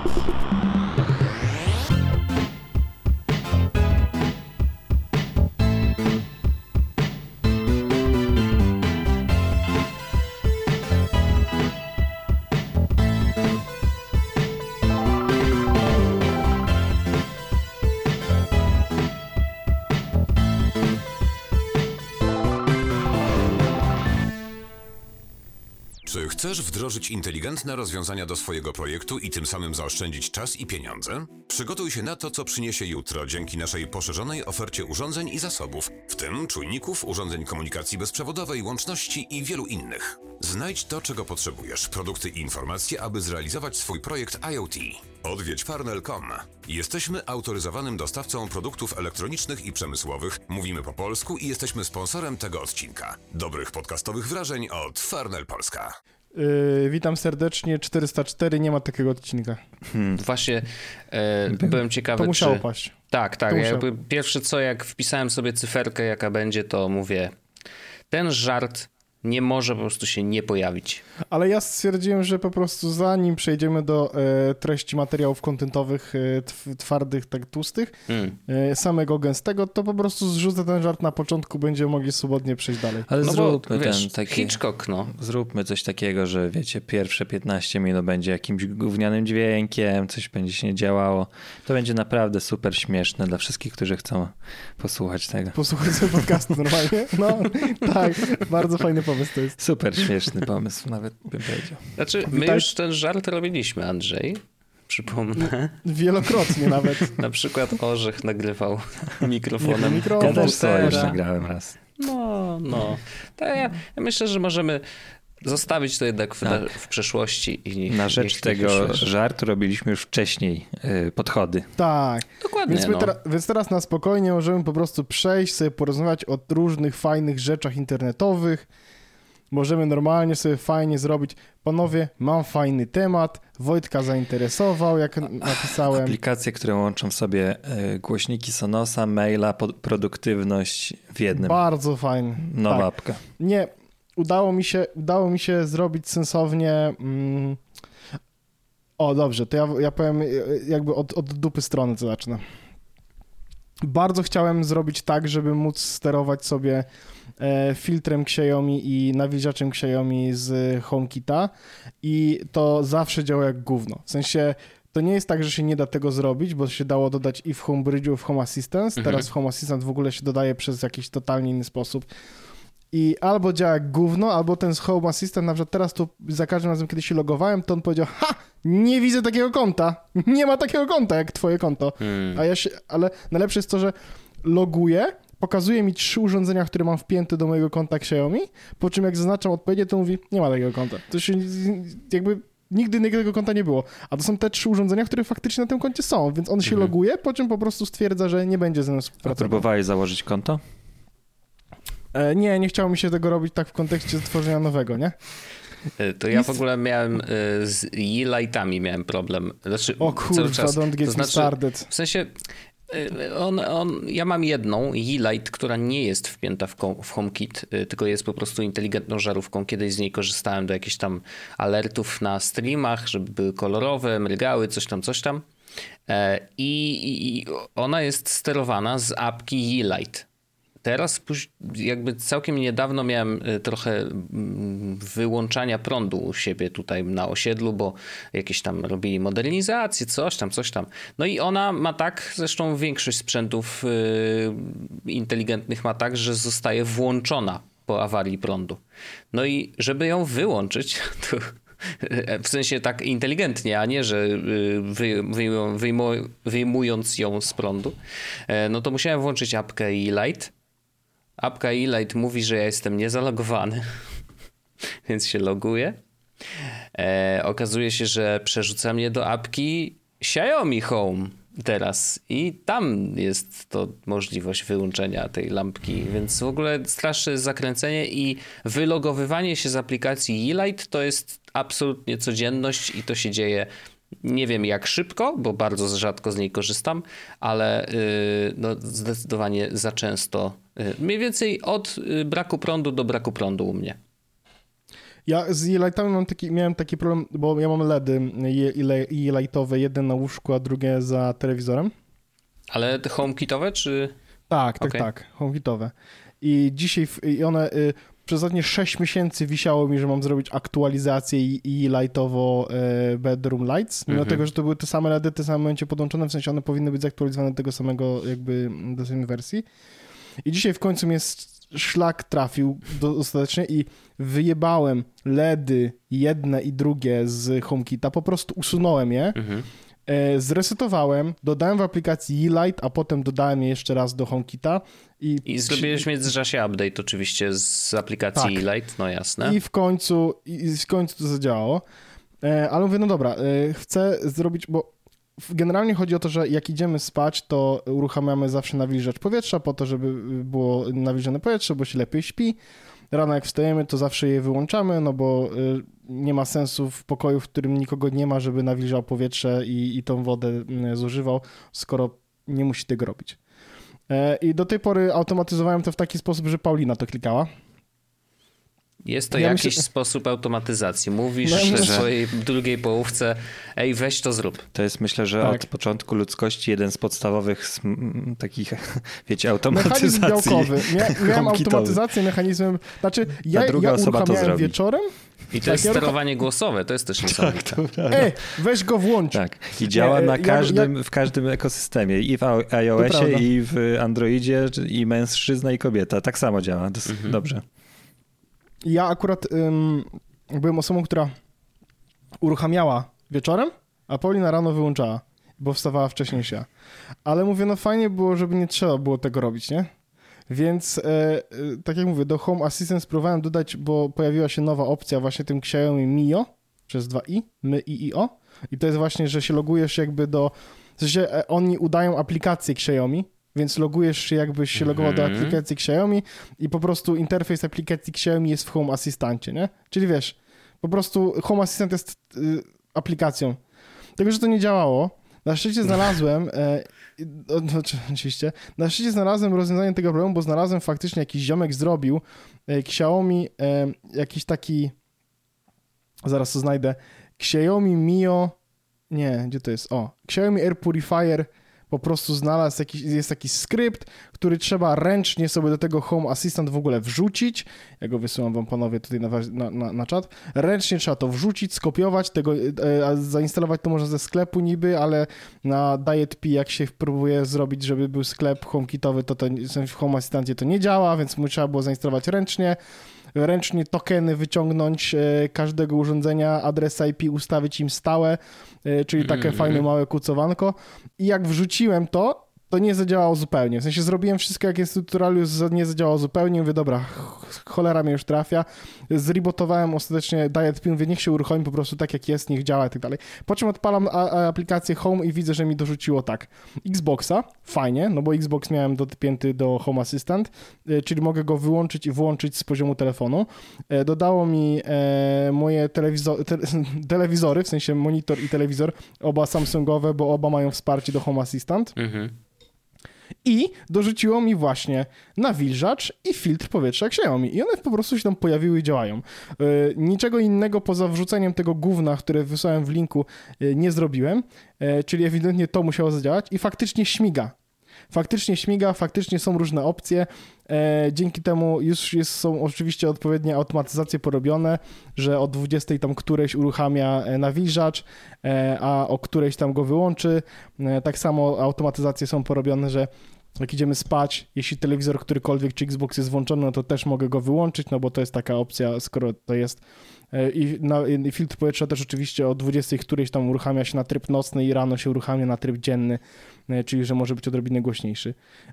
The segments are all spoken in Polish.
Czy chcesz wdrożyć inteligentne rozwiązania do swojego projektu i tym samym zaoszczędzić czas i pieniądze? Przygotuj się na to, co przyniesie jutro dzięki naszej poszerzonej ofercie urządzeń i zasobów, w tym czujników, urządzeń komunikacji bezprzewodowej, łączności i wielu innych. Znajdź to, czego potrzebujesz, produkty i informacje, aby zrealizować swój projekt IoT. Odwiedź Farnell.com. Jesteśmy autoryzowanym dostawcą produktów elektronicznych i przemysłowych, mówimy po polsku i jesteśmy sponsorem tego odcinka. Dobrych podcastowych wrażeń od Farnell Polska. Witam serdecznie, 404, nie ma takiego odcinka. Właśnie byłem ciekawy, to musiało paść. Tak. Jakby pierwsze co, jak wpisałem sobie cyferkę, jaka będzie, to mówię, ten żart nie może po prostu się nie pojawić. Ale ja stwierdziłem, że po prostu zanim przejdziemy do treści materiałów kontentowych twardych, tak tłustych, samego gęstego, to po prostu zrzucę ten żart na początku, będziemy mogli swobodnie przejść dalej. Ale zróbmy ten taki Hitchcock, Zróbmy coś takiego, że wiecie, pierwsze 15 minut będzie jakimś gównianym dźwiękiem, coś będzie się nie działało. To będzie naprawdę super śmieszne dla wszystkich, którzy chcą posłuchać tego. Posłuchać sobie podcastu normalnie? No, tak, bardzo fajny pomysł to jest. Super śmieszny pomysł, nawet bym powiedział. Znaczy, my już ten żart robiliśmy, Andrzej. Przypomnę. Wielokrotnie nawet. Na przykład Orzech nagrywał mikrofonem. Ja też to już nagrałem raz. No. To ja myślę, że możemy zostawić to jednak w przeszłości. I na rzecz tego żartu robiliśmy już wcześniej podchody. Tak. Dokładnie. Więc teraz na spokojnie możemy po prostu przejść, sobie porozmawiać o różnych fajnych rzeczach internetowych. Możemy normalnie sobie fajnie zrobić. Panowie, mam fajny temat. Wojtka zainteresował, jak napisałem. Aplikacje, które łączą w sobie głośniki Sonosa, maila, produktywność w jednym. Bardzo fajny. Nowa apka. Nie, udało mi się zrobić sensownie. O, dobrze, to ja powiem jakby od dupy strony, co zacznę. Bardzo chciałem zrobić tak, żeby móc sterować sobie filtrem Xiaomi i nawilżaczem Xiaomi z HomeKita i to zawsze działa jak gówno. W sensie to nie jest tak, że się nie da tego zrobić, bo się dało dodać i w HomeBridge'u, i w Home Assistant. Teraz w Home Assistant w ogóle się dodaje przez jakiś totalnie inny sposób. I albo działa jak gówno, albo ten z Home Assistant, na przykład teraz tu za każdym razem, kiedy się logowałem, to on powiedział, nie widzę takiego konta, nie ma takiego konta jak twoje konto. Ale najlepsze jest to, że loguję, pokazuje mi 3 urządzenia, które mam wpięte do mojego konta Xiaomi, po czym jak zaznaczam odpowiednie, to mówi, nie ma takiego konta. To się jakby nigdy takiego konta nie było. A to są te 3 urządzenia, które faktycznie na tym koncie są, więc on się loguje, po czym po prostu stwierdza, że nie będzie ze mną współpracował. A próbowałeś założyć konto? Nie chciało mi się tego robić tak w kontekście tworzenia nowego, nie? To ja w ogóle miałem z e-lightami miałem problem. Znaczy, o kurwa, don't get me started. W sensie ja mam jedną e-light, która nie jest wpięta w HomeKit, tylko jest po prostu inteligentną żarówką. Kiedyś z niej korzystałem do jakichś tam alertów na streamach, żeby były kolorowe, mrygały, coś tam. I ona jest sterowana z apki e-light. Teraz jakby całkiem niedawno miałem trochę wyłączania prądu u siebie tutaj na osiedlu, bo jakieś tam robili modernizację, coś tam. No i ona ma tak, zresztą większość sprzętów inteligentnych ma tak, że zostaje włączona po awarii prądu. No i żeby ją wyłączyć, to w sensie tak inteligentnie, a nie, że wyjmując ją z prądu, no to musiałem włączyć apkę e-light. Apka e-light mówi, że ja jestem niezalogowany, więc się loguję. Okazuje się, że przerzuca mnie do apki Xiaomi Home teraz i tam jest to możliwość wyłączenia tej lampki, więc w ogóle straszne zakręcenie i wylogowywanie się z aplikacji e-light to jest absolutnie codzienność i to się dzieje. Nie wiem jak szybko, bo bardzo rzadko z niej korzystam, ale no zdecydowanie za często. Mniej więcej od braku prądu do braku prądu u mnie. Ja z E-Lightami miałem taki problem, bo ja mam LEDy E-Lightowe, jeden na łóżku, a drugie za telewizorem. Ale te HomeKitowe, czy... Tak, Okay. HomeKitowe. I dzisiaj one przez ostatnie 6 miesięcy wisiało mi, że mam zrobić aktualizację i lightowo bedroom lights, mimo tego, że to były te same LEDy, w tym samym momencie podłączone, w sensie one powinny być zaktualizowane do tego samego jakby do samej wersji. I dzisiaj w końcu mnie szlak trafił dostatecznie i wyjebałem LEDy jedne i drugie z HomeKita, po prostu usunąłem je, zresetowałem, dodałem w aplikacji E-Light, a potem dodałem je jeszcze raz do HomeKita. I zrobiłeś w międzyczasie update oczywiście z aplikacji Tak. E-Light, no jasne. I w końcu to zadziałało. Ale mówię, no dobra, chcę zrobić, bo generalnie chodzi o to, że jak idziemy spać, to uruchamiamy zawsze nawilżacz powietrza po to, żeby było nawilżone powietrze, bo się lepiej śpi. Rano jak wstajemy, to zawsze je wyłączamy, no bo nie ma sensu w pokoju, w którym nikogo nie ma, żeby nawilżał powietrze i tą wodę zużywał, skoro nie musi tego robić. I do tej pory automatyzowałem to w taki sposób, że Paulina to klikała. Jest to jakiś sposób automatyzacji. Mówisz swojej drugiej połówce, ej, weź to zrób. To jest, myślę, że od początku ludzkości jeden z podstawowych takich, wiecie, automatyzacji. Mechanizm białkowy. Miałem automatyzację mechanizmem, znaczy ja uruchamiałem wieczorem. I to jest sterowanie głosowe, to jest też niesamowite. Weź go włącz. Tak. I działa w każdym ekosystemie. I w iOSie, i w Androidzie, i mężczyzna, i kobieta. Tak samo działa. Dobrze. Ja akurat byłem osobą, która uruchamiała wieczorem, a Paulina rano wyłączała, bo wstawała wcześniej niż ja. Ale mówię, no fajnie było, żeby nie trzeba było tego robić, nie? Więc tak jak mówię, do Home Assistant spróbowałem dodać, bo pojawiła się nowa opcja właśnie tym Xiaomi Mio przez 2i, MyIO. I to jest właśnie, że się logujesz jakby w sensie oni udają aplikację Xiaomi, więc logujesz się jakbyś się logował do aplikacji Xiaomi i po prostu interfejs aplikacji Xiaomi jest w Home Assistancie, nie? Czyli wiesz, po prostu Home Assistant jest aplikacją. Tego, że to nie działało, na szczęście znalazłem, oczywiście, na szczęście znalazłem rozwiązanie tego problemu, bo znalazłem faktycznie, jakiś ziomek zrobił Xiaomi, jakiś taki, zaraz to znajdę, Xiaomi Mio, nie, gdzie to jest? Xiaomi Air Purifier po prostu znalazł, jest taki skrypt, który trzeba ręcznie sobie do tego Home Assistant w ogóle wrzucić. Ja go wysyłam wam panowie tutaj na czat. Ręcznie trzeba to wrzucić, skopiować, a zainstalować to można ze sklepu niby, ale na DietP jak się próbuje zrobić, żeby był sklep HomeKitowy, to w Home Assistancie to nie działa, więc trzeba było zainstalować ręcznie tokeny wyciągnąć każdego urządzenia, adres IP ustawić im stałe, czyli takie fajne małe kucowanko. I jak wrzuciłem to nie zadziałało zupełnie. W sensie zrobiłem wszystko, jak jest w tutorialu, nie zadziałało zupełnie. Mówię, dobra, cholera mnie już trafia. Zrebotowałem ostatecznie DietP, mówię, niech się uruchomi po prostu tak, jak jest, niech działa i tak dalej. Po czym odpalam aplikację Home i widzę, że mi dorzuciło tak. Xboxa, fajnie, no bo Xbox miałem dopięty do Home Assistant, czyli mogę go wyłączyć i włączyć z poziomu telefonu. Dodało mi moje telewizory, w sensie monitor i telewizor, oba Samsungowe, bo oba mają wsparcie do Home Assistant. I dorzuciło mi właśnie nawilżacz i filtr powietrza Xiaomi. I one po prostu się tam pojawiły i działają. Niczego innego poza wrzuceniem tego gówna, które wysłałem w linku, nie zrobiłem, czyli ewidentnie to musiało zadziałać i faktycznie śmiga. Faktycznie są różne opcje. Dzięki temu już są oczywiście odpowiednie automatyzacje porobione, że o 20 tam którejś uruchamia nawilżacz, a o którejś tam go wyłączy. Tak samo automatyzacje są porobione, że jak idziemy spać, jeśli telewizor którykolwiek czy Xbox jest włączony, no to też mogę go wyłączyć, no bo to jest taka opcja, skoro to jest. I filtr powietrza też oczywiście o 20 którejś tam uruchamia się na tryb nocny i rano się uruchamia na tryb dzienny, czyli że może być odrobinę głośniejszy.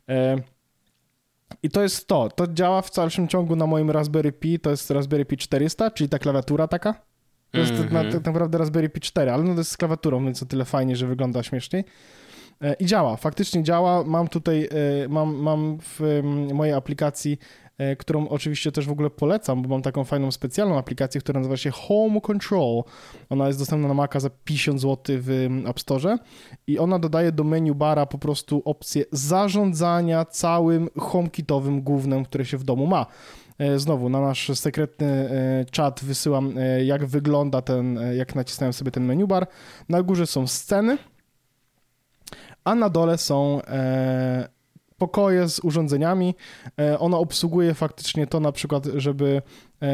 I to jest to działa w dalszym ciągu na moim Raspberry Pi, to jest Raspberry Pi 400, czyli ta klawiatura taka. To jest tak naprawdę Raspberry Pi 4, ale no to jest z klawiaturą, więc o tyle fajnie, że wygląda śmieszniej. I działa, faktycznie działa. Mam tutaj, mam w mojej aplikacji, którą oczywiście też w ogóle polecam, bo mam taką fajną specjalną aplikację, która nazywa się Home Control. Ona jest dostępna na Maca za 50 zł w App Store i ona dodaje do menu bara po prostu opcję zarządzania całym HomeKitowym gównem, które się w domu ma. znowu na nasz sekretny czat wysyłam, jak wygląda jak nacisnąłem sobie ten menu bar. Na górze są sceny, a na dole są pokoje z urządzeniami. Ona obsługuje faktycznie to na przykład, żeby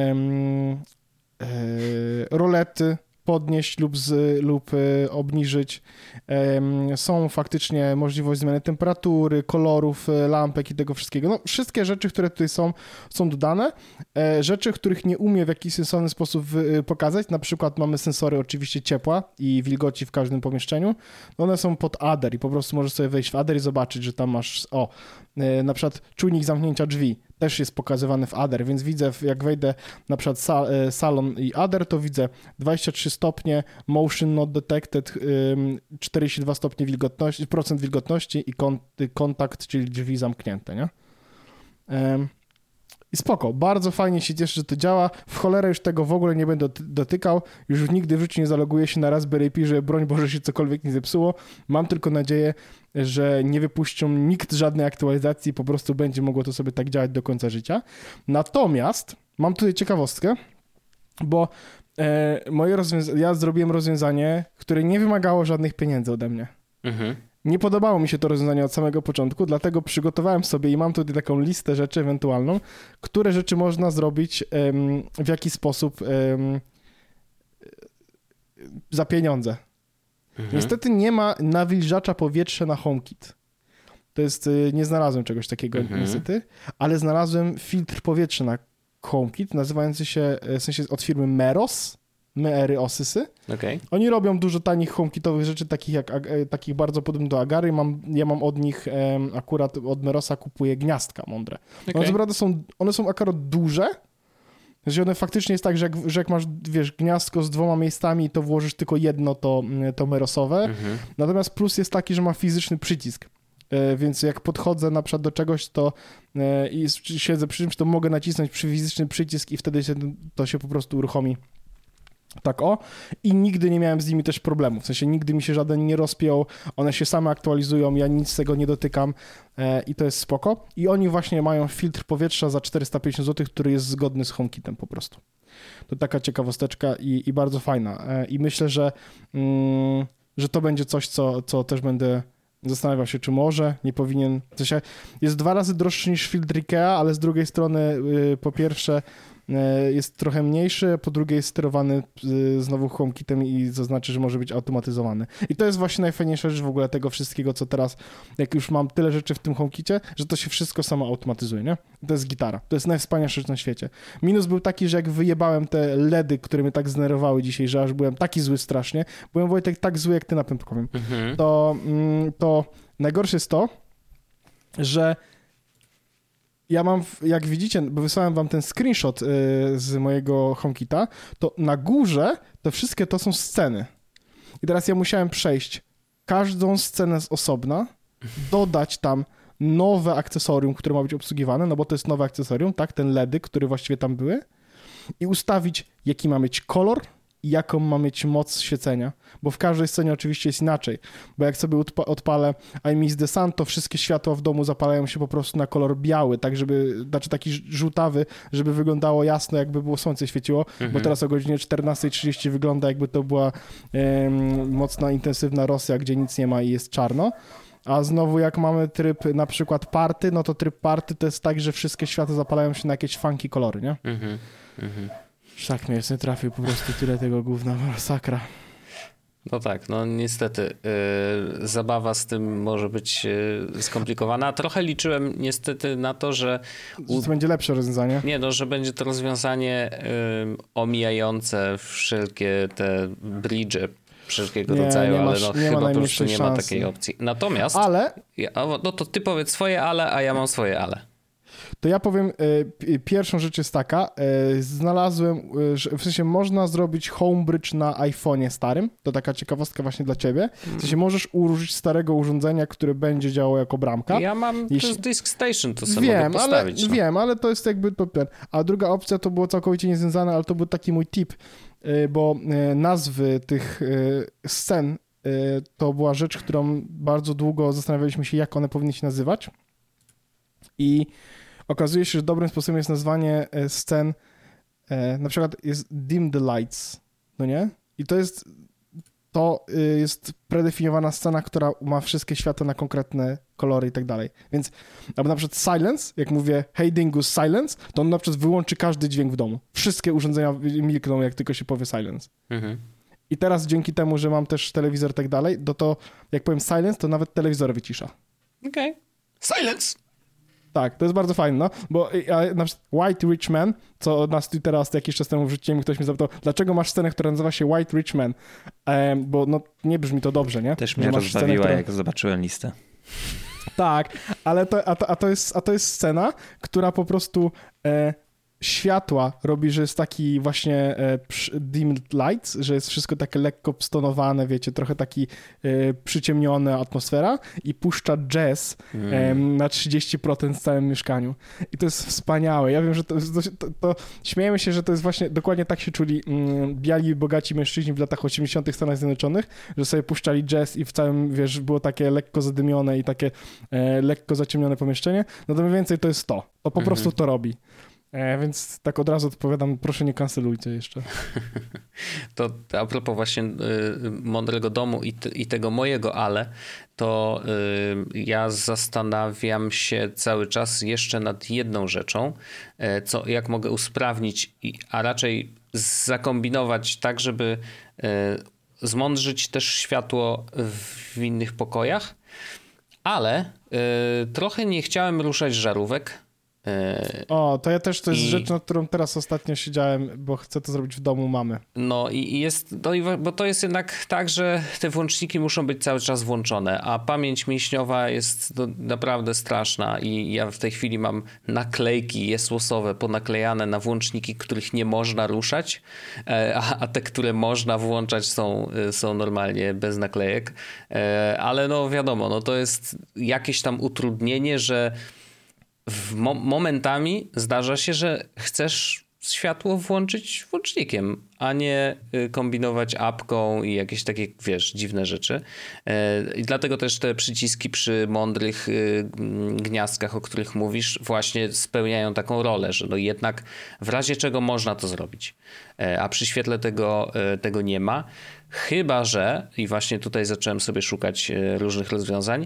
rolety podnieść lub obniżyć. Są faktycznie możliwość zmiany temperatury, kolorów, lampek i tego wszystkiego. No, wszystkie rzeczy, które tutaj są dodane. Rzeczy, których nie umie w jakiś sensowny sposób pokazać. Na przykład mamy sensory oczywiście ciepła i wilgoci w każdym pomieszczeniu. One są pod Adder i po prostu możesz sobie wejść w Adder i zobaczyć, że tam masz, na przykład czujnik zamknięcia drzwi też jest pokazywany w Adder, więc widzę, jak wejdę na przykład salon i Adder, to widzę 23 stopnie, motion not detected, 42 stopnie wilgotności, procent wilgotności i kontakt, czyli drzwi zamknięte, nie? I spoko, bardzo fajnie się cieszę, że to działa. W cholerę już tego w ogóle nie będę dotykał. Już nigdy w życiu nie zaloguję się na Raspberry Pi, że broń Boże się cokolwiek nie zepsuło. Mam tylko nadzieję, że nie wypuszczą nikt żadnej aktualizacji, po prostu będzie mogło to sobie tak działać do końca życia. Natomiast mam tutaj ciekawostkę, bo ja zrobiłem rozwiązanie, które nie wymagało żadnych pieniędzy ode mnie. Mhm. Nie podobało mi się to rozwiązanie od samego początku, dlatego przygotowałem sobie i mam tutaj taką listę rzeczy ewentualną, które rzeczy można zrobić w jaki sposób za pieniądze. Niestety nie ma nawilżacza powietrza na HomeKit. To jest, nie znalazłem czegoś takiego niestety, ale znalazłem filtr powietrza na HomeKit nazywający się, w sensie od firmy Meryosysy. Okay. Oni robią dużo tanich HomeKitowych rzeczy, takich bardzo podobnych do Agary. Ja mam od nich, akurat od Merosa kupuję gniazdka mądre. Okay. One są akurat duże, że one faktycznie jest tak, że jak masz, wiesz, gniazdko z 2 miejscami, to włożysz tylko jedno to Merosowe. Natomiast plus jest taki, że ma fizyczny przycisk. Więc jak podchodzę na przykład do czegoś, to i siedzę przy czymś, to mogę nacisnąć fizyczny przycisk i wtedy to się po prostu uruchomi. Tak i nigdy nie miałem z nimi też problemów, w sensie nigdy mi się żaden nie rozpiął, one się same aktualizują, ja nic z tego nie dotykam i to jest spoko. I oni właśnie mają filtr powietrza za 450 zł, który jest zgodny z HomeKitem po prostu. To taka ciekawosteczka i bardzo fajna i myślę, że to będzie coś, co też będę zastanawiał się, czy może, nie powinien, w sensie jest 2 razy droższy niż filtr IKEA, ale z drugiej strony po pierwsze jest trochę mniejszy, a po drugie jest sterowany znowu HomeKitem i to znaczy, że może być automatyzowany. I to jest właśnie najfajniejsza rzecz w ogóle tego wszystkiego, co teraz, jak już mam tyle rzeczy w tym HomeKicie, że to się wszystko samo automatyzuje, nie? To jest gitara. To jest najwspanialsza rzecz na świecie. Minus był taki, że jak wyjebałem te LEDy, które mnie tak zdenerwowały dzisiaj, że aż byłem taki zły strasznie, byłem, Wojtek, tak zły jak ty na Pępkowym, to najgorsze jest to, że ja mam, jak widzicie, bo wysłałem wam ten screenshot z mojego HomeKita, to na górze to wszystkie to są sceny. I teraz ja musiałem przejść każdą scenę z osobna, dodać tam nowe akcesorium, które ma być obsługiwane, no bo to jest nowe akcesorium, tak, ten LEDy, które właściwie tam były, i ustawić, jaki ma mieć kolor i jaką ma mieć moc świecenia, bo w każdej scenie oczywiście jest inaczej, bo jak sobie odpalę I Miss the Sun, to wszystkie światła w domu zapalają się po prostu na kolor biały, tak znaczy taki żółtawy, żeby wyglądało jasno, jakby było słońce świeciło, bo teraz o godzinie 14:30 wygląda, jakby to była mocna, intensywna Rosja, gdzie nic nie ma i jest czarno. A znowu jak mamy tryb na przykład party, no to tryb party to jest tak, że wszystkie światła zapalają się na jakieś funky kolory, nie? Tak mnie jest nie trafił, po prostu tyle tego gówna, masakra. No tak, no niestety zabawa z tym może być skomplikowana. Trochę liczyłem niestety na to, że to będzie lepsze rozwiązanie. Nie, no, że będzie to rozwiązanie omijające wszelkie te bridge'e wszelkiego rodzaju, ale no chyba po prostu nie ma takiej opcji. Natomiast, no to ty powiedz swoje ale, a ja mam swoje ale. To ja powiem, pierwszą rzecz jest taka, znalazłem, że w sensie można zrobić Homebridge na iPhone'ie starym, to taka ciekawostka właśnie dla ciebie, w sensie możesz użyć starego urządzenia, które będzie działało jako bramka. Ja mam, to jest Disk Station, to sobie mogę postawić. Wiem, ale to jest jakby to ten. A druga opcja to było całkowicie niezwiązane, ale to był taki mój tip, bo nazwy tych scen to była rzecz, którą bardzo długo zastanawialiśmy się, jak one powinny się nazywać. I okazuje się, że dobrym sposobem jest nazwanie scen, na przykład jest dim the lights, no nie? I to jest predefiniowana scena, która ma wszystkie światła na konkretne kolory i tak dalej. Więc albo na przykład silence, jak mówię hey Dingus silence, to on na przykład wyłączy każdy dźwięk w domu. Wszystkie urządzenia milkną, jak tylko się powie silence. I teraz dzięki temu, że mam też telewizor i tak dalej, to jak powiem silence, to nawet telewizor wycisza. Okej. Silence! Tak, to jest bardzo fajne, no, bo na przykład White Rich Man, co nas tu teraz jakiś czas temu wrzuciłem, ktoś mnie zapytał, dlaczego masz scenę, która nazywa się White Rich Man, bo no nie brzmi to dobrze, nie? Też mnie rozbawiła, jak zobaczyłem listę. Tak, ale to jest scena, która po prostu światła robi, że jest taki właśnie dimmed lights, że jest wszystko takie lekko stonowane, wiecie, trochę taki przyciemniona atmosfera i puszcza jazz na 30% w całym mieszkaniu. I to jest wspaniałe. Ja wiem, że to śmiejemy się, że to jest właśnie, dokładnie tak się czuli biali, bogaci mężczyźni w latach 80. w Stanach Zjednoczonych, że sobie puszczali jazz i w całym, wiesz, było takie lekko zadymione i takie lekko zaciemnione pomieszczenie. No to mniej więcej to jest to. To po prostu to robi. Więc tak od razu odpowiadam, proszę nie kancelujcie jeszcze. To a propos właśnie mądrego domu i tego mojego to ja zastanawiam się cały czas jeszcze nad jedną rzeczą, jak mogę usprawnić, a raczej zakombinować tak, żeby zmądrzyć też światło w innych pokojach, ale trochę nie chciałem ruszać żarówek. O, to ja też, to jest rzecz, nad którą teraz ostatnio siedziałem, bo chcę to zrobić w domu mamy. No i jest, bo to jest jednak tak, że te włączniki muszą być cały czas włączone, a pamięć mięśniowa jest naprawdę straszna i ja w tej chwili mam naklejki jesłosowe ponaklejane na włączniki, których nie można ruszać, a te, które można włączać są normalnie bez naklejek, ale no wiadomo, no to jest jakieś tam utrudnienie, że momentami zdarza się, że chcesz światło włączyć włącznikiem, a nie kombinować apką i jakieś takie, wiesz, dziwne rzeczy. I dlatego też te przyciski przy mądrych gniazdkach, o których mówisz, właśnie spełniają taką rolę, że no jednak w razie czego można to zrobić. A przy świetle tego nie ma. Chyba że, i właśnie tutaj zacząłem sobie szukać różnych rozwiązań,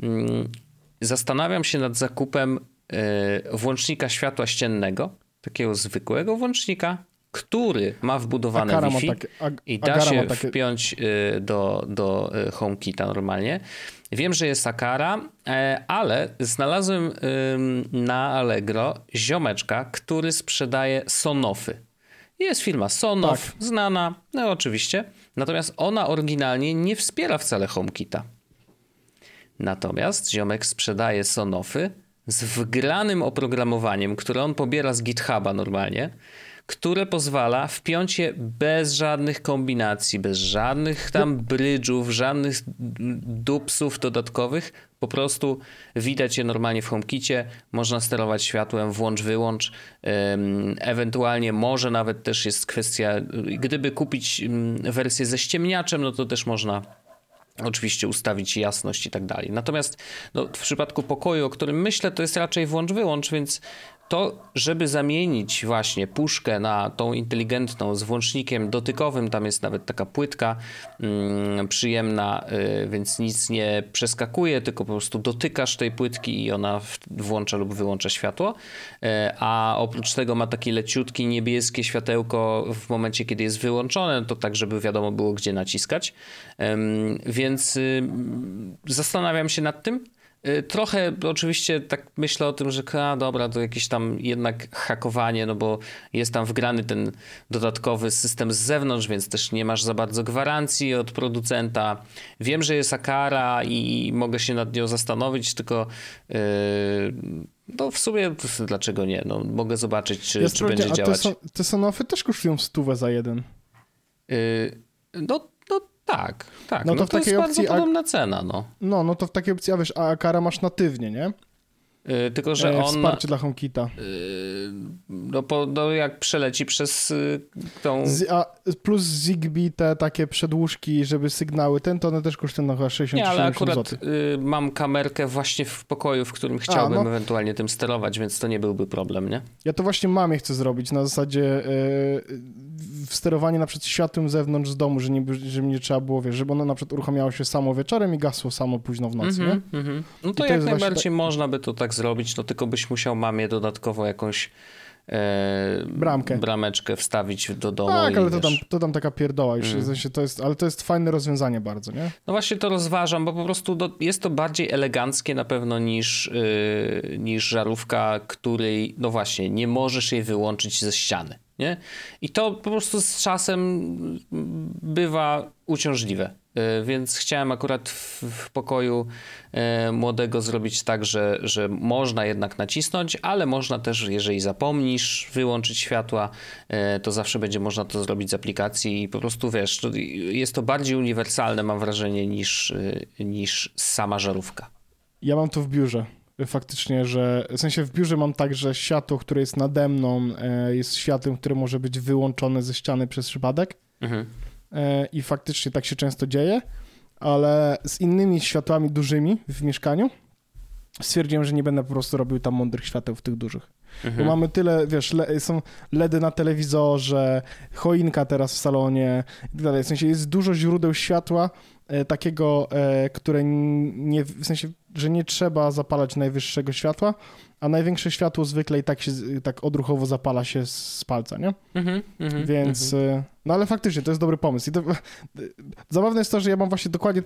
zastanawiam się nad zakupem włącznika światła ściennego, takiego zwykłego włącznika, który ma wbudowane Wi-Fi i da się wpiąć do HomeKita normalnie. Wiem, że jest Aqara, ale znalazłem na Allegro ziomeczka, który sprzedaje Sonofy. Jest firma Sonoff, znana, no oczywiście. Natomiast ona oryginalnie nie wspiera wcale HomeKita. Natomiast ziomek sprzedaje Sonofy z wgranym oprogramowaniem, które on pobiera z GitHuba normalnie, które pozwala wpiąć je bez żadnych kombinacji, bez żadnych tam brydżów, żadnych dupsów dodatkowych. Po prostu widać je normalnie w HomeKicie, można sterować światłem włącz, wyłącz. Ewentualnie może nawet też jest kwestia, gdyby kupić wersję ze ściemniaczem, no to też można oczywiście ustawić jasność i tak dalej. Natomiast no, w przypadku pokoju, o którym myślę, to jest raczej włącz-wyłącz, więc to, żeby zamienić właśnie puszkę na tą inteligentną z włącznikiem dotykowym, tam jest nawet taka płytka przyjemna, więc nic nie przeskakuje, tylko po prostu dotykasz tej płytki i ona włącza lub wyłącza światło, a oprócz tego ma takie leciutkie niebieskie światełko w momencie, kiedy jest wyłączone, to tak, żeby wiadomo było, gdzie naciskać. Więc zastanawiam się nad tym. Trochę oczywiście tak myślę o tym, że dobra, to jakieś tam jednak hakowanie, no bo jest tam wgrany ten dodatkowy system z zewnątrz, więc też nie masz za bardzo gwarancji od producenta. Wiem, że jest Aqara i mogę się nad nią zastanowić, tylko no w sumie dlaczego nie? No, mogę zobaczyć, czy będzie działać. Te Sonofy też kosztują 100 za jeden. Tak. No to jest bardzo podobna cena. No to w takiej opcji, a wiesz, a Aqara masz natywnie, nie? Tylko, że on... Wsparcie dla HomeKita. Jak przeleci przez tą... Plus Zigbee, te takie przedłużki, żeby sygnały, to one też kosztują na chyba 60 Nie, ale 70 akurat zł. Mam kamerkę właśnie w pokoju, w którym chciałbym ewentualnie tym sterować, więc to nie byłby problem, nie? Ja to właśnie mamie chcę zrobić, na zasadzie sterowanie na przykład światłem z zewnątrz z domu, żeby nie trzeba było, wiesz, żeby ono na przykład uruchamiało się samo wieczorem i gasło samo późno w nocy, nie? No to jak najbardziej można by to tak zrobić, no tylko byś musiał mamie dodatkowo jakąś brameczkę wstawić do domu. Tak, ale to tam taka pierdoła już, w sensie ale to jest fajne rozwiązanie bardzo, nie? No właśnie to rozważam, bo po prostu jest to bardziej eleganckie na pewno niż żarówka, której, no właśnie, nie możesz jej wyłączyć ze ściany, nie? I to po prostu z czasem bywa uciążliwe. Więc chciałem akurat w pokoju młodego zrobić tak, że można jednak nacisnąć, ale można też, jeżeli zapomnisz wyłączyć światła, to zawsze będzie można to zrobić z aplikacji i po prostu wiesz, jest to bardziej uniwersalne, mam wrażenie, niż sama żarówka. Ja mam to w biurze. Faktycznie, że w sensie w biurze mam tak, że światło, które jest nade mną, jest światłem, które może być wyłączone ze ściany przez przypadek. I faktycznie tak się często dzieje, ale z innymi światłami dużymi w mieszkaniu stwierdziłem, że nie będę po prostu robił tam mądrych świateł w tych dużych. Bo mamy tyle, wiesz, są LEDy na telewizorze, choinka teraz w salonie i tak dalej. W sensie jest dużo źródeł światła takiego, które nie, w sensie, że nie trzeba zapalać najwyższego światła, a największe światło zwykle i tak się tak odruchowo zapala się z palca, nie? Więc, no ale faktycznie to jest dobry pomysł. I zabawne jest to, że ja mam właśnie dokładnie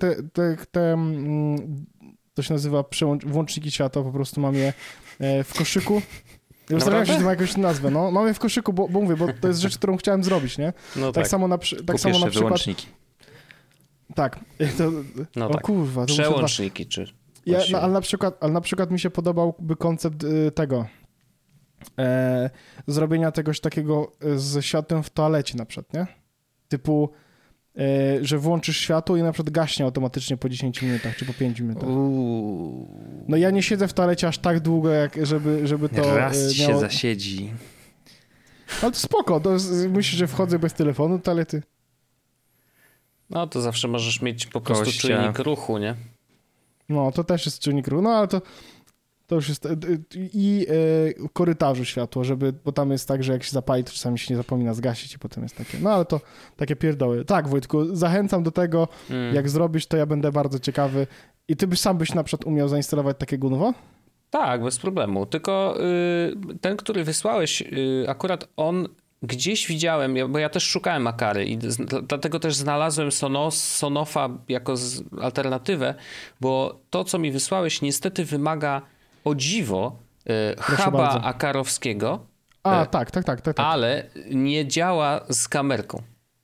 to się nazywa włączniki światła, po prostu mam je w koszyku. Ja zastanawiam się, czy to ma jakąś nazwę. No, mam je w koszyku, bo mówię, bo to jest rzecz, którą chciałem zrobić, nie? No tak samo na przykład... wyłączniki. Tak. No o tak. kurwa. Przełączniki, czy... ale na przykład mi się podobałby koncept tego zrobienia czegoś takiego z światłem w toalecie na przykład, nie? Typu, że włączysz światło i na przykład gaśnie automatycznie po 10 minutach, czy po 5 minutach. No ja nie siedzę w toalecie aż tak długo, żeby to Raz się zasiedzi. Ale to spoko, myślisz, że wchodzę bez telefonu do toalety? No to zawsze możesz mieć po prostu czujnik ruchu, nie? No, to też jest czujnik ruchu, no ale to już jest... I korytarzu światło, bo tam jest tak, że jak się zapali, to czasami się nie zapomina zgasić i potem jest takie... No, ale to takie pierdoły. Tak, Wojtku, zachęcam do tego, jak zrobisz, to ja będę bardzo ciekawy. I ty sam byś na przykład umiał zainstalować takie Gunwo? Tak, bez problemu. Tylko ten, który wysłałeś, akurat on... Gdzieś widziałem, bo ja też szukałem Akary i dlatego też znalazłem Sonofa jako alternatywę, bo to, co mi wysłałeś, niestety wymaga o dziwo huba akarowskiego, tak. ale nie działa z kamerką.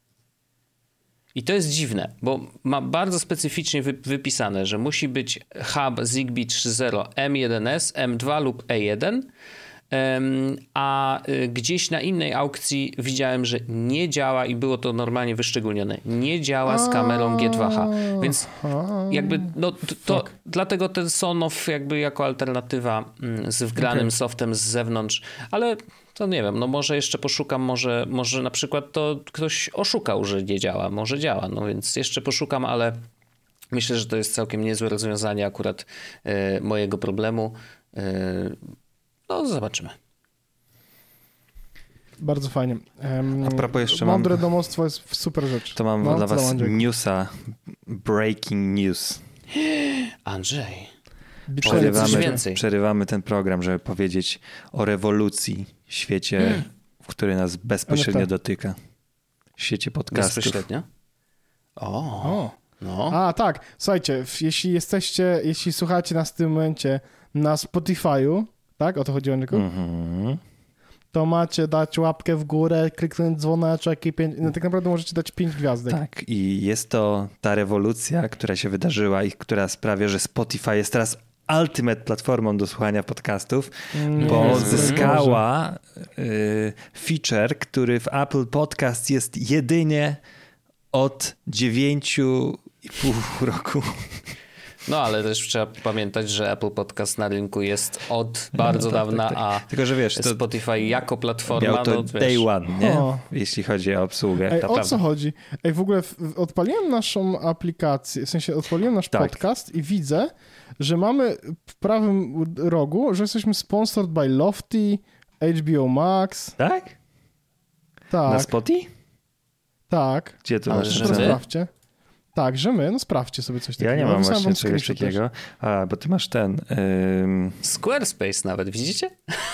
I to jest dziwne, bo ma bardzo specyficznie wypisane, że musi być hub Zigbee 3.0 M1S, M2 lub E1, a gdzieś na innej aukcji widziałem, że nie działa i było to normalnie wyszczególnione. Nie działa z kamerą G2H. Więc jakby dlatego ten Sonoff jakby jako alternatywa z wgranym softem z zewnątrz, ale to nie wiem, no może jeszcze poszukam, może na przykład to ktoś oszukał, że nie działa, może działa, no więc jeszcze poszukam, ale myślę, że to jest całkiem niezłe rozwiązanie akurat mojego problemu. No, zobaczymy. Bardzo fajnie. A propos jeszcze mądre domostwo jest super rzecz. To mam dla was newsa. Breaking news. Andrzej. Przerywamy ten program, żeby powiedzieć o rewolucji w świecie, w który nas bezpośrednio dotyka. W świecie podcastów. Bezpośrednio? No. A, tak. Słuchajcie, jeśli słuchacie nas w tym momencie na Spotify'u, tak? O to chodziło, Andrzejku? To macie dać łapkę w górę, kliknąć dzwoneczek i tak naprawdę możecie dać 5 gwiazdek. Tak, i jest to ta rewolucja, która się wydarzyła i która sprawia, że Spotify jest teraz ultimate platformą do słuchania podcastów, bo zyskała feature, który w Apple Podcast jest jedynie od 9,5 roku. No ale też trzeba pamiętać, że Apple Podcast na rynku jest od bardzo dawna, a Tylko, że wiesz, to Spotify jako platforma, miał to no day wiesz, one, nie? O. Jeśli chodzi o obsługę. Ej, to o prawda. co chodzi? Ej, w ogóle odpaliłem naszą aplikację, w sensie odpaliłem nasz Tak. podcast i widzę, że mamy w prawym rogu, że jesteśmy sponsored by Lofty, HBO Max. Tak? Tak, Na Spotify? tak. Gdzie tu Ale masz że Teraz my? sprawdźcie. Tak, że my, no sprawdźcie sobie coś takiego. Ja nie mam Wysłałem właśnie wam czegoś screenshot też. takiego. A, bo ty masz ten... Squarespace nawet, widzicie?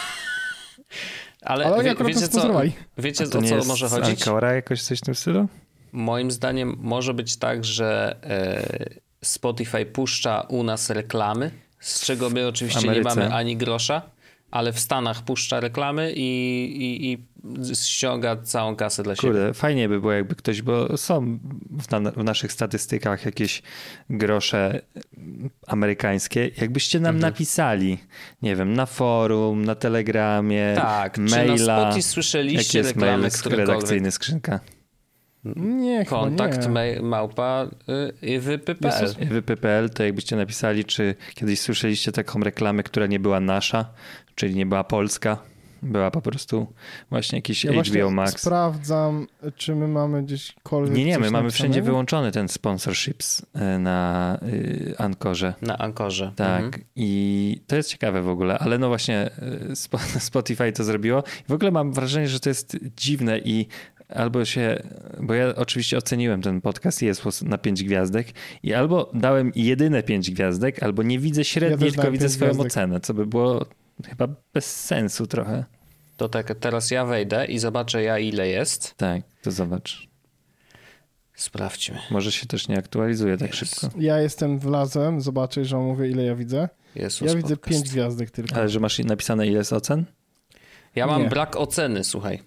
Ale, Ale oni akurat wiecie nas co, sponsorowali. wiecie to o nie co jest może z chodzić? Ancora jakoś coś w tym stylu? Moim zdaniem może być tak, że Spotify puszcza u nas reklamy, z czego my oczywiście nie Ameryce. mamy ani grosza, ale w Stanach puszcza reklamy i ściąga całą kasę dla siebie. Kurde, fajnie by było jakby ktoś, bo są w naszych statystykach jakieś grosze amerykańskie. Jakbyście nam napisali, nie wiem, na forum, na Telegramie, Tak, czy na maila. Spotify Jaki słyszeliście jest reklamy, mail którekolwiek? redakcyjny skrzynka? Nie, chyba Kontakt nie. małpa wypy.pl. Wypy.pl, to jakbyście napisali, czy kiedyś słyszeliście taką reklamę, która nie była nasza, czyli nie była polska, była po prostu właśnie jakiś Ja właśnie HBO Max. sprawdzam, czy my mamy gdzieśkolwiek Nie, my coś mamy wszędzie napisanego. wyłączony ten sponsorships na Ankorze. Na Ankorze. Tak, Mhm. i to jest ciekawe w ogóle, ale no właśnie Spotify to zrobiło. W ogóle mam wrażenie, że to jest dziwne i albo się, bo ja oczywiście oceniłem ten podcast jest na 5 gwiazdek i albo dałem jedyne 5 gwiazdek, albo nie widzę średniej, też tylko dałem widzę 5 swoją gwiazdek. ocenę, co by było chyba bez sensu trochę. To tak, teraz ja wejdę i zobaczę ile jest. Tak, to zobacz. Sprawdźmy. Może się też nie aktualizuje tak Jest. szybko. Ja jestem wlazłem, zobaczę, że mówię, ile ja widzę. Jezus, Ja widzę podcast. 5 gwiazdek tylko. Ale że masz napisane ile jest ocen? Ja mam Nie. brak oceny, słuchaj.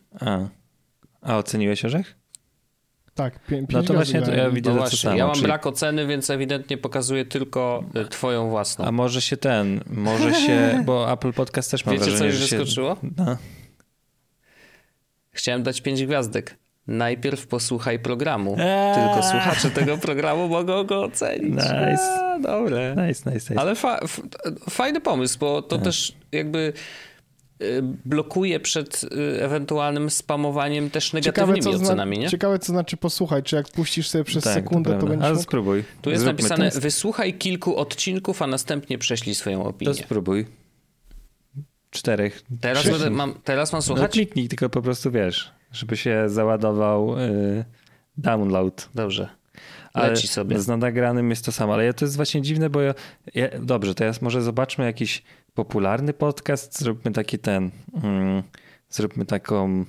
A oceniłeś Orzech? Tak, 5 No to właśnie to ja widzę No to właśnie, samo. ja mam czyli- brak oceny, więc ewidentnie pokazuję tylko twoją własną. A może się bo Apple Podcast też ma Wiecie, co wrażenie, już że się... wyskoczyło? No. Chciałem dać 5 gwiazdek. Najpierw posłuchaj programu. Tylko słuchacze tego programu mogą go ocenić. Nice. Dobre. Nice. Ale fajny pomysł, bo to też jakby blokuje przed ewentualnym spamowaniem też negatywnymi ocenami, nie? Ciekawe, co znaczy posłuchaj, czy jak puścisz sobie przez Tak, sekundę, to prawda. będziesz Ale mógł... spróbuj. Tu jest Zróbmy napisane, test. wysłuchaj kilku odcinków, a następnie prześlij swoją opinię. To spróbuj. 4. Teraz mam No słuchać? kliknij, tylko po prostu wiesz, żeby się załadował download. Dobrze. Ale Leci sobie. z nagranym jest to samo, ale to jest właśnie dziwne, bo dobrze, teraz może zobaczmy jakiś popularny podcast, zróbmy taki zróbmy taką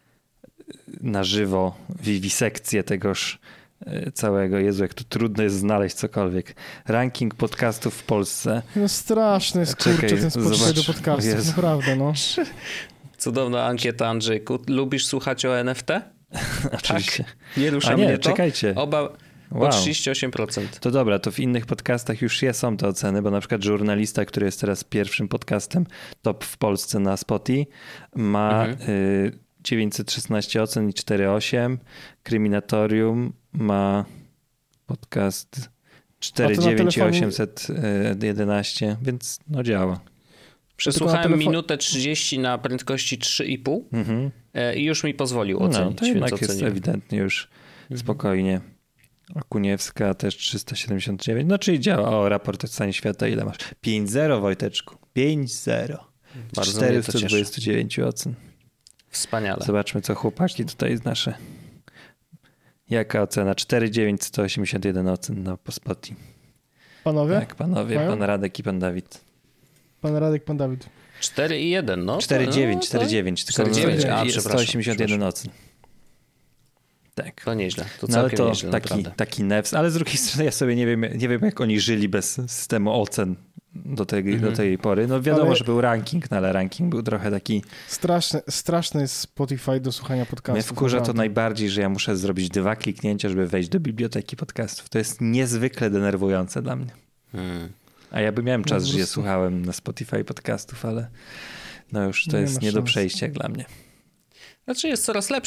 na żywo wiwisekcję tegoż całego. Jezu, jak to trudno jest znaleźć cokolwiek. Ranking podcastów w Polsce. No straszny jest, kurczę, Czekaj, ten Spotify zobacz. do O podcastów, Jezu. naprawdę, no. Cudowna ankieta, Andrzejku. Lubisz słuchać o NFT? Oczywiście. Nie rusza A nie, mnie to? czekajcie. Oba o Wow. 38%. To dobra, to w innych podcastach już są te oceny, bo na przykład Żurnalista, który jest teraz pierwszym podcastem top w Polsce na Spotify, ma 916 ocen i 4,8. Kryminatorium ma podcast 49811, więc no działa. Przesłuchałem minutę 30 na prędkości 3,5 i już mi pozwolił No, ocenić, to więc jednak jest oceniłem. ewidentnie już spokojnie. Okuniewska też 379. No czyli działa. O, raport o stanie świata. Ile masz? 5,0 Wojteczku. 5,0 Bardzo mnie to cieszy. 429 ocen. Wspaniale. Zobaczmy, co chłopaki tutaj z nasze. Jaka ocena? 4,981 ocen na Spotify. Panowie? Tak, panowie, Mają? pan Radek i pan Dawid. Pan Radek, pan Dawid. 4,1, no. 4,9, 4,9. 4,9, a przepraszam. 181 ocen. Tak. To nieźle, to No ale całkiem to nieźle, naprawdę. taki nevs, ale z drugiej strony ja sobie nie wiem jak oni żyli bez systemu ocen do tej pory. No wiadomo, Ale- że był ranking, no ale ranking był trochę taki... Straszny jest Spotify do słuchania podcastów. Mnie wkurza to naprawdę. najbardziej, że ja muszę zrobić 2 kliknięcia, żeby wejść do biblioteki podcastów. To jest niezwykle denerwujące dla mnie. A ja miałem czas, po że je prostu. słuchałem na Spotify podcastów, ale no już to Nie jest masz nie do szans. przejścia jak dla mnie. Znaczy jest coraz lepszy.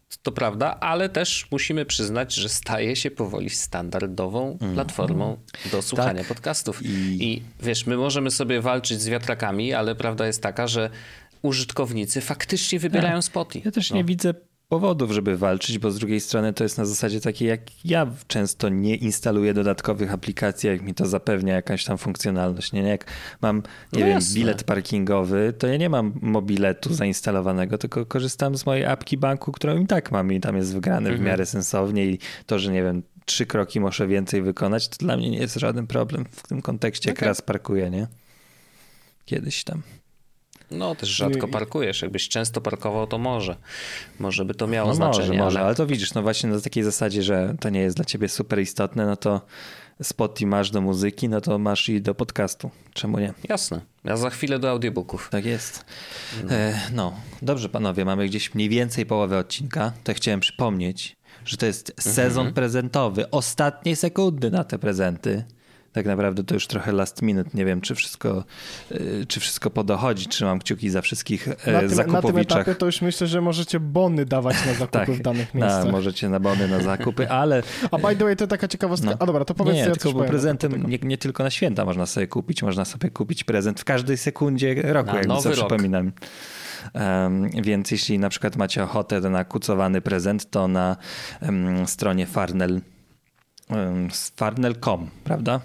to prawda, ale też musimy przyznać, że staje się powoli standardową platformą do słuchania podcastów. I wiesz, my możemy sobie walczyć z wiatrakami, ale prawda jest taka, że użytkownicy faktycznie wybierają Spotify. Ja też nie widzę powodów, żeby walczyć, bo z drugiej strony to jest na zasadzie takiej, jak ja często nie instaluję dodatkowych aplikacji, jak mi to zapewnia jakaś tam funkcjonalność. Nie? Jak mam, nie wiem, bilet parkingowy, to ja nie mam mobiletu zainstalowanego, tylko korzystam z mojej apki banku, którą i tak mam i tam jest wgrany w miarę sensownie i to, że nie wiem, 3 kroki muszę więcej wykonać, to dla mnie nie jest żaden problem w tym kontekście, jak raz parkuję, nie? Kiedyś tam. No też rzadko parkujesz. Jakbyś często parkował, to może by to miało znaczenie. Może, ale to widzisz, no właśnie na takiej zasadzie, że to nie jest dla ciebie super istotne, no to Spotify masz do muzyki, no to masz i do podcastu. Czemu nie? Jasne. Ja za chwilę do audiobooków. Tak jest. No, dobrze panowie, mamy gdzieś mniej więcej połowę odcinka. To chciałem przypomnieć, że to jest sezon prezentowy. Ostatnie sekundy na te prezenty. Tak naprawdę to już trochę last minute. Nie wiem, czy wszystko podochodzi. Trzymam kciuki za wszystkich zakupowiczach. Na tym etapie to już myślę, że możecie bony dawać na zakupy w danych miejscach. Możecie na bony na zakupy, ale... A by the way, to taka ciekawostka. A dobra, to powiedz, nie, ja tylko bo prezentem nie tylko na święta można sobie kupić prezent w każdej sekundzie roku, jak to przypominam. Więc jeśli na przykład macie ochotę na kucowany prezent, to na stronie farnel.com, prawda?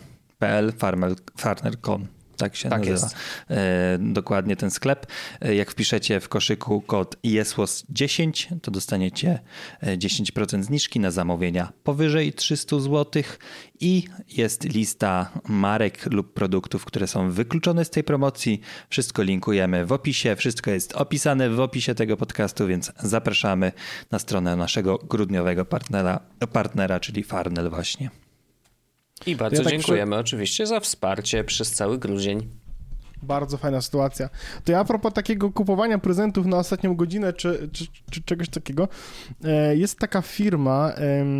farnel.com. Tak się nazywa. Jest. Dokładnie ten sklep. Jak wpiszecie w koszyku kod ISWOS10, to dostaniecie 10% zniżki na zamówienia powyżej 300 zł i jest lista marek lub produktów, które są wykluczone z tej promocji. Wszystko linkujemy w opisie. Wszystko jest opisane w opisie tego podcastu, więc zapraszamy na stronę naszego grudniowego partnera, czyli Farnel właśnie. I bardzo dziękujemy oczywiście za wsparcie przez cały grudzień. Bardzo fajna sytuacja. To ja a propos takiego kupowania prezentów na ostatnią godzinę czy czegoś takiego, jest taka firma,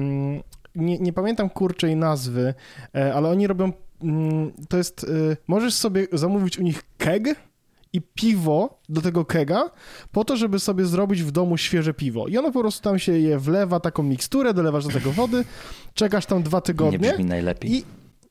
nie pamiętam kurczej nazwy, ale oni robią, to jest, możesz sobie zamówić u nich keg i piwo do tego kega po to, żeby sobie zrobić w domu świeże piwo. I ono po prostu tam się je wlewa, taką miksturę, dolewasz do tego wody, czekasz tam 2 tygodnie. Nie brzmi najlepiej.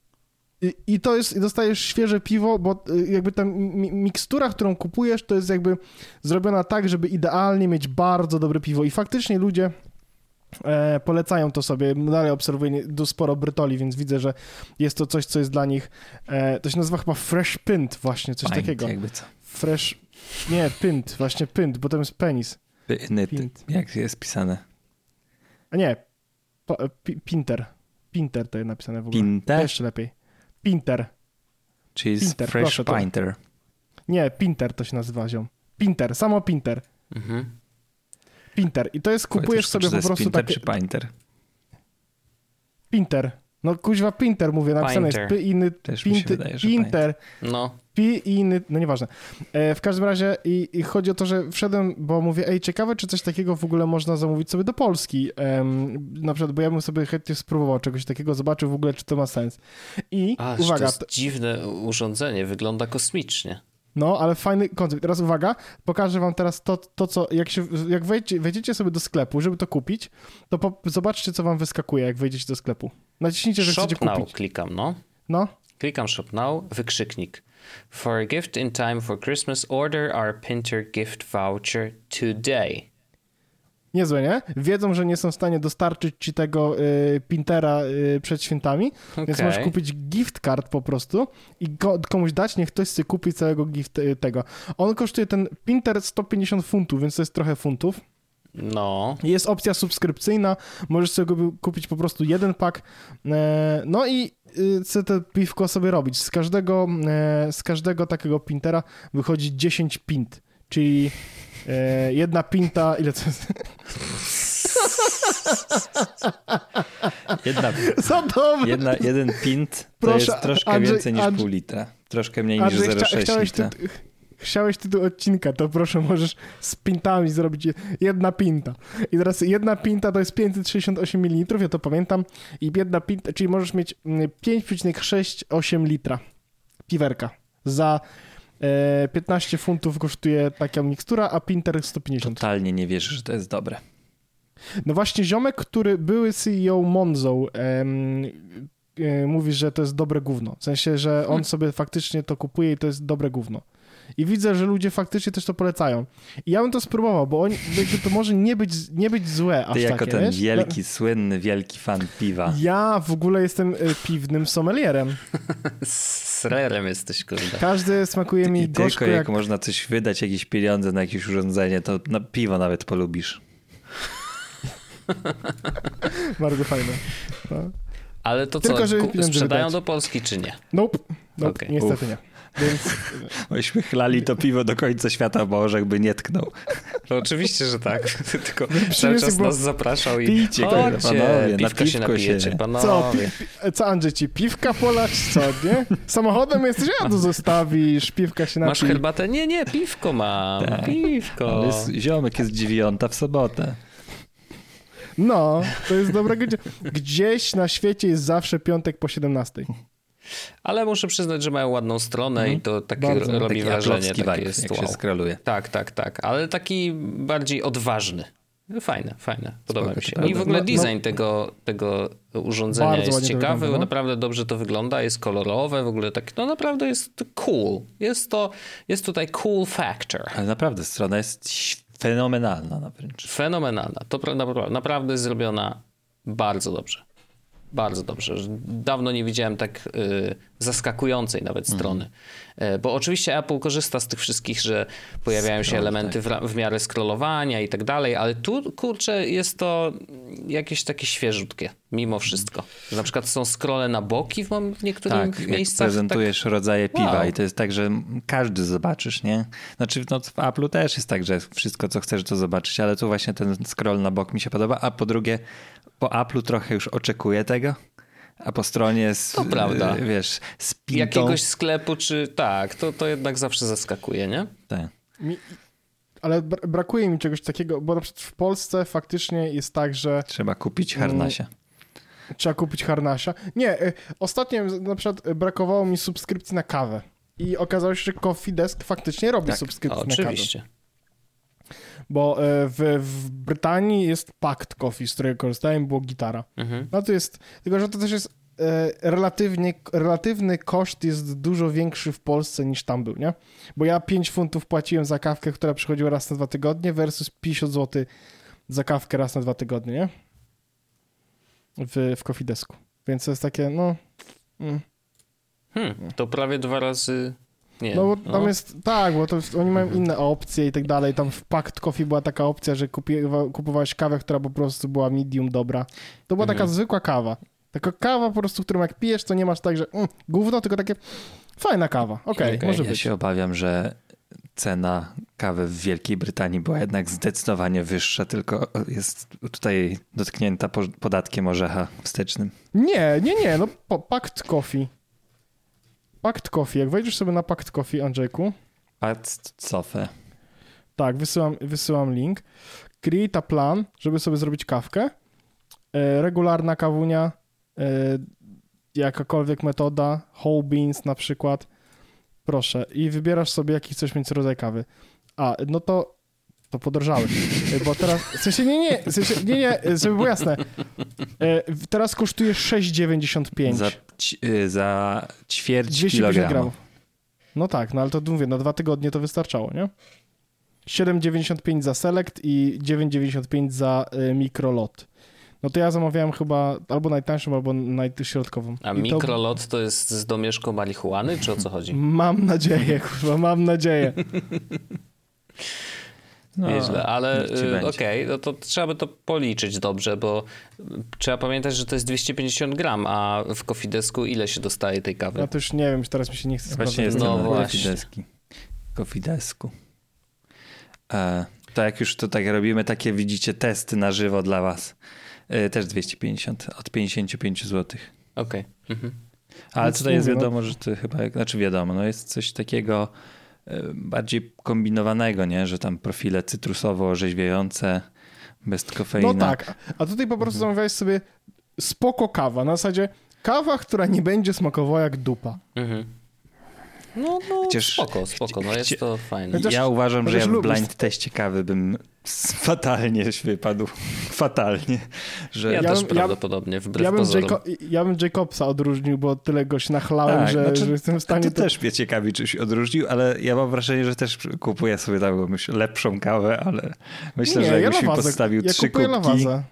I to jest, dostajesz świeże piwo, bo jakby ta mikstura, którą kupujesz, to jest jakby zrobiona tak, żeby idealnie mieć bardzo dobre piwo. I faktycznie ludzie polecają to sobie. Dalej obserwuję sporo Brytoli, więc widzę, że jest to coś, co jest dla nich, to się nazywa chyba Fresh Pint właśnie, coś takiego. Jakby co? Fresh, nie, pint, właśnie pint, bo to jest penis. Pint. Jak jest pisane? A nie, Pinter. Pinter to jest napisane w ogóle. Pinter? Jeszcze lepiej. Pinter. Czyli Pinter, Fresh Pinter. Nie, Pinter to się nazywa, ziom. Pinter, samo Pinter. Pinter. I to jest, kupujesz sobie po prostu Pinter takie... czy Pinter? Pinter. No kuźwa Pinter mówię, napisane jest P-iny, Pinter. No. P-iny, no nieważne. W każdym razie i chodzi o to, że wszedłem, bo mówię, ciekawe, czy coś takiego w ogóle można zamówić sobie do Polski. Na przykład, bo ja bym sobie chętnie spróbował czegoś takiego, zobaczył w ogóle, czy to ma sens. I uwaga. To jest dziwne urządzenie, wygląda kosmicznie. No, ale fajny koncept. Teraz uwaga, pokażę wam teraz to co, jak wejdziecie sobie do sklepu, żeby to kupić, to zobaczcie, co wam wyskakuje, jak wejdziecie do sklepu. Naciśnijcie, że chcecie kupić. Shop Now klikam, no. No. Klikam Shop Now, wykrzyknik. For a gift in time for Christmas, order our Pinter gift voucher today. Niezłe, nie? Wiedzą, że nie są w stanie dostarczyć ci tego Pintera przed świętami, więc możesz kupić gift card po prostu i komuś dać, niech ktoś sobie kupi całego tego. On kosztuje, ten Pinter, 150 funtów, więc to jest trochę funtów. No. Jest opcja subskrypcyjna, możesz sobie kupić po prostu jeden pak, no i chcę to piwko sobie robić. Z każdego takiego Pintera wychodzi 10 pint, czyli jedna pinta, ile to jest? Jeden pint to jest troszkę więcej niż pół litra. Troszkę mniej niż 0,6 litra. Chciałeś tytuł odcinka, to proszę, możesz z pintami zrobić jedna pinta. I teraz jedna pinta to jest 568 ml, ja to pamiętam. I jedna pinta, czyli możesz mieć 5,68 litra piwerka. Za 15 funtów kosztuje taka mikstura, a Pinter 150. Totalnie nie wierzę, że to jest dobre. No właśnie ziomek, który były CEO Monzo, mówi, że to jest dobre gówno. W sensie, że on sobie faktycznie to kupuje i to jest dobre gówno. I widzę, że ludzie faktycznie też to polecają. I ja bym to spróbował, bo jakby to może nie być złe aż Ty jako takie, ten wiesz? wielki, słynny, wielki fan piwa. Ja w ogóle jestem piwnym sommelierem. Srerem jesteś, kurde. Każdy smakuje mi Tylko gorzko jak można coś wydać, jakieś pieniądze na jakieś urządzenie, to na piwo nawet polubisz. Bardzo fajne. No. Ale to Tylko, co, żeby pieniądze sprzedają wydać. do Polski czy nie? Nope, Okej. niestety nie. Więc Myśmy chlali to piwo do końca świata, bo orzech by nie tknął. No oczywiście, że tak. Tylko cały przyniósł, czas bo- nas zapraszał i Pijcie, chodźcie, panowie, na piwka się piwko napijecie, się. panowie. co Andrzej ci, piwka polać, co, nie? Samochodem jesteś, a to zostawisz, piwka się napij. Masz herbatę? Nie, piwko mam, Tak. piwko. Ale ziomek jest 9 w sobotę. No, to jest dobrego gdzieś na świecie jest zawsze piątek po 17. Ale muszę przyznać, że mają ładną stronę i to takie Bardzo. robi Taki wrażenie. aplowski Takie vibe, jest jak wow. się skroluje. Tak, ale taki bardziej odważny. Fajne. Podoba Spoko, mi się. to I w ogóle prawda. design tego urządzenia Bardzo jest ładnie to ciekawy, wygląda, no. naprawdę dobrze to wygląda, jest kolorowe, w ogóle tak, no naprawdę jest cool. Jest tutaj cool factor. Ale naprawdę strona jest fenomenalna wręcz. Fenomenalna. To naprawdę jest zrobiona bardzo dobrze. Bardzo dobrze. Dawno nie widziałem tak zaskakującej nawet strony. Bo oczywiście Apple korzysta z tych wszystkich, że pojawiają się Scroll, elementy w miarę scrollowania i tak dalej, ale tu, kurczę, jest to jakieś takie świeżutkie, mimo wszystko. Na przykład są scrolle na boki w niektórych Tak, jak miejscach. prezentujesz rodzaje piwa Wow. i to jest tak, że każdy zobaczysz, nie? Znaczy no, w Apple'u też jest tak, że wszystko co chcesz to zobaczyć, ale tu właśnie ten scroll na bok mi się podoba, a po drugie po Apple'u trochę już oczekuję tego, a po stronie z, To prawda. wiesz, z pintą. Jakiegoś sklepu, czy tak, to jednak zawsze zaskakuje, nie? Tak. Ale brakuje mi czegoś takiego, bo na przykład w Polsce faktycznie jest tak, że Trzeba kupić harnasia. trzeba kupić harnasia. Nie, ostatnio na przykład brakowało mi subskrypcji na kawę i okazało się, że Coffee Desk faktycznie robi Tak, subskrypcję na kawę. Oczywiście. Bo w Brytanii jest Pact Coffee, z którego korzystałem, było gitara. Mhm. No to jest, tylko że to też jest relatywny koszt jest dużo większy w Polsce niż tam był, nie? Bo ja 5 funtów płaciłem za kawkę, która przychodziła raz na 2 tygodnie versus 50 zł za kawkę raz na 2 tygodnie, nie? W Coffee Desku. Więc to jest takie, no... To prawie 2 razy... Nie. No bo tam jest, tak, bo to oni mają inne opcje i tak dalej. Tam w Pact Coffee była taka opcja, że kupowałeś kawę, która po prostu była medium dobra. To była taka zwykła kawa. Taka kawa po prostu, którą jak pijesz, to nie masz tak, że gówno, tylko takie fajna kawa. Okej, może Ja być. się obawiam, że cena kawy w Wielkiej Brytanii była jednak zdecydowanie wyższa, tylko jest tutaj dotknięta podatkiem orzecha wstecznym. Nie, no Pact Coffee. Pact Coffee, jak wejdziesz sobie na Pact Coffee, Andrzejku, Cofę. tak, wysyłam link. Create a plan, żeby sobie zrobić kawkę. Regularna kawunia, jakakolwiek metoda, whole beans na przykład. Proszę. I wybierasz sobie jaki chcesz mieć rodzaj kawy. A, no to podrożałeś. Bo teraz, w sensie nie, żeby było jasne. Teraz kosztuje 6,95. Za ćwierć 250 kilograma. gramów. No tak, no ale to mówię, na 2 tygodnie to wystarczało, nie? 7,95 za Select i 9,95 za Mikrolot. No to ja zamawiałem chyba albo najtańszą, albo najśrodkową. A I to- mikrolot to jest z domieszką marihuany, czy o co chodzi? Mam nadzieję, kurwa, mam nadzieję. No, Nieźle, ale niech ci będzie. okej, no to trzeba by to policzyć dobrze, bo trzeba pamiętać, że to jest 250 gram, a w Coffee Desku ile się dostaje tej kawy? Ja to już nie wiem, teraz mi się nie chce Właśnie jest sprawdzać. No na właśnie. Kofidesku. To jak już tutaj robimy takie, widzicie, testy na żywo dla was. Też 250, od 55 zł. Okej. Mhm. Ale Nic tutaj nie jest mówię, no. wiadomo, że to chyba, znaczy wiadomo, no jest coś takiego bardziej kombinowanego, nie? Że tam profile cytrusowo-orzeźwiające, bez kofeiny. No tak, a tutaj po prostu zamawiałeś sobie spoko kawa, na zasadzie kawa, która nie będzie smakowała jak dupa. Mhm. No Chociaż spoko, no jest to fajne. Chociaż- Ja uważam, że ja w lubisz- blind teście kawy bym fatalnie wypadł. Fatalnie. Że... Ja Ja też bym- prawdopodobnie, wbrew pozorom. Ja bym Jacobsa odróżnił, bo tyle go się nachlałem, Tak, że znaczy, jestem w stanie... to też mnie ciekawi, czy się odróżnił, ale ja mam wrażenie, że też kupuję sobie tam lepszą kawę, ale myślę, że jakbyś mi postawił 3 kupuję kubki, lawazę.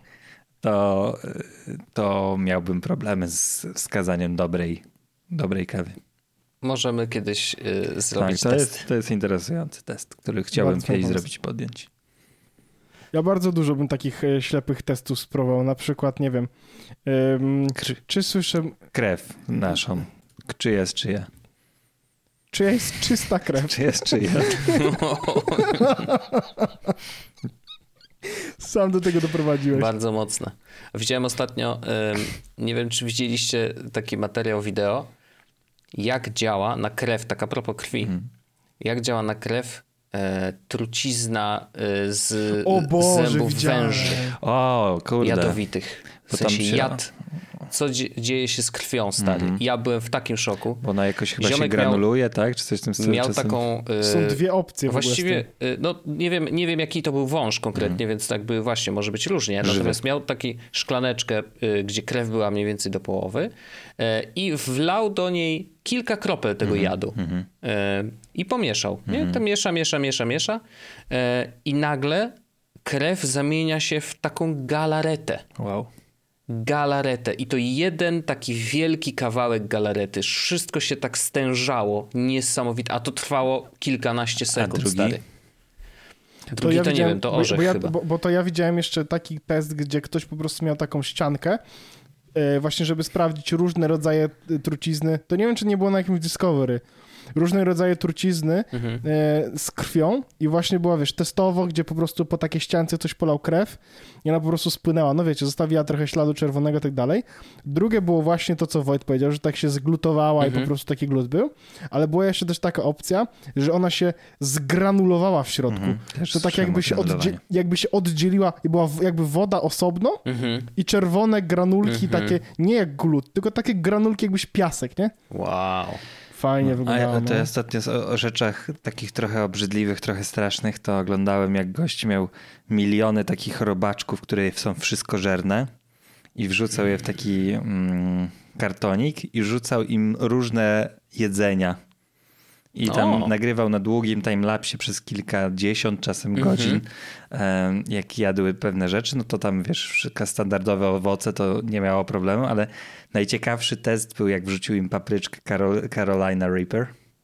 to miałbym problemy z wskazaniem dobrej kawy. Możemy kiedyś zrobić Tak, test. to jest interesujący test, który chciałbym Bardzo kiedyś pomysł. zrobić, podjąć. Ja bardzo dużo bym takich ślepych testów spróbował. Na przykład, nie wiem, czy słyszę, Krew naszą. Czy jest czyja? czy jest czysta krew. Czy jest czyja? Sam do tego doprowadziłeś. Bardzo mocne. Widziałem ostatnio, nie wiem czy widzieliście taki materiał wideo, jak działa na krew, tak a propos krwi, jak działa na krew trucizna z O Boże, zębów widziałem. węży O, kurde. jadowitych. W Bo tam sensie się- jad. Co dzieje się z krwią, stary? Ja byłem w takim szoku. Bo ona jakoś chyba się Ziomek granuluje, tak? Czy coś w tym stylu? Miał czasem? taką... Są dwie opcje w ogóle z Właściwie, tym. no nie wiem jaki to był wąż konkretnie, więc tak by właśnie może być różnie. Natomiast miał taki szklaneczkę, gdzie krew była mniej więcej do połowy i wlał do niej kilka kropel tego jadu i pomieszał. Nie? To miesza i nagle krew zamienia się w taką galaretę. Wow. Galaretę i to jeden taki wielki kawałek galarety. Wszystko się tak stężało. Niesamowite. A to trwało kilkanaście sekund, drugi? stary. Drugi to, nie widziałem- wiem, to orzech bo ja, chyba. bo to ja widziałem jeszcze taki test, gdzie ktoś po prostu miał taką ściankę, właśnie żeby sprawdzić różne rodzaje trucizny. To nie wiem, czy nie było na jakimś Discovery. Różne rodzaje trucizny z krwią i właśnie była, wiesz, testowo, gdzie po prostu po takiej ściance ktoś polał krew i ona po prostu spłynęła. No wiecie, zostawiła trochę śladu czerwonego i tak dalej. Drugie było właśnie to, co Wojt powiedział, że tak się zglutowała i po prostu taki glut był, ale była jeszcze też taka opcja, że ona się zgranulowała w środku. Też To tak słyszałem jakby o się, granulowaniu. jakby się oddzieliła i była jakby woda osobno i czerwone granulki takie, nie jak glut, tylko takie granulki jakbyś piasek, nie? Wow. Fajnie A wyglądało. ja to no. ostatnio o rzeczach takich trochę obrzydliwych, trochę strasznych, to oglądałem, jak gość miał miliony takich robaczków, które są wszystkożerne i wrzucał je w taki kartonik i rzucał im różne jedzenia. I tam nagrywał na długim timelapsie przez kilkadziesiąt czasem godzin, jak jadły pewne rzeczy, no to tam wiesz, wszystkie standardowe owoce to nie miało problemu, ale najciekawszy test był, jak wrzucił im papryczkę Carolina Reaper.